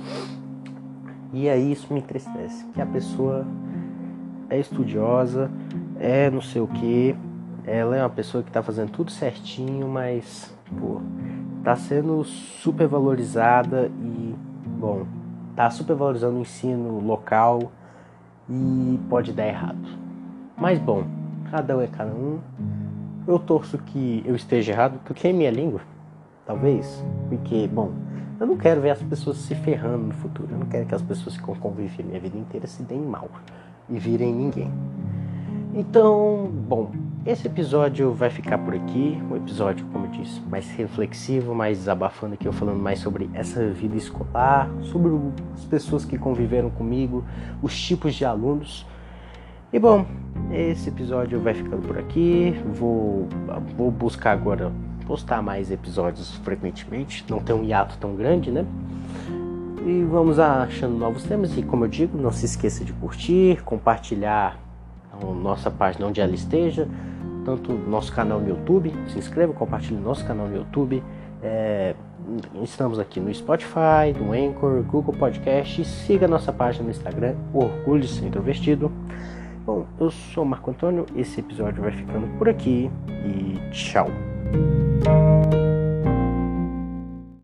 E aí isso me entristece. Que a pessoa é estudiosa, é não sei o que. Ela é uma pessoa que tá fazendo tudo certinho, mas, pô, tá sendo super valorizada e, bom, tá super valorizando o ensino local e pode dar errado. Mas, bom, cada um é cada um. Eu torço que eu esteja errado, que eu queime minha língua, talvez, porque, bom, eu não quero ver as pessoas se ferrando no futuro. Eu não quero que as pessoas que convivem minha vida inteira se deem mal e virem ninguém. Então, bom, esse episódio vai ficar por aqui. Um episódio, como eu disse, mais reflexivo, mais desabafando aqui, eu falando mais sobre essa vida escolar, sobre as pessoas que conviveram comigo, os tipos de alunos. E bom, esse episódio vai ficando por aqui. Vou buscar agora postar mais episódios frequentemente, não ter um hiato tão grande, né? E vamos achando novos temas. E como eu digo, não se esqueça de curtir, compartilhar a nossa página onde ela esteja, tanto no nosso canal no YouTube. Se inscreva, compartilhe o nosso canal no YouTube. Estamos aqui no Spotify, no Anchor, Google Podcast. E siga a nossa página no Instagram, Orgulho de Ser Introvertido. Bom, eu sou o Marco Antônio. Esse episódio vai ficando por aqui e tchau.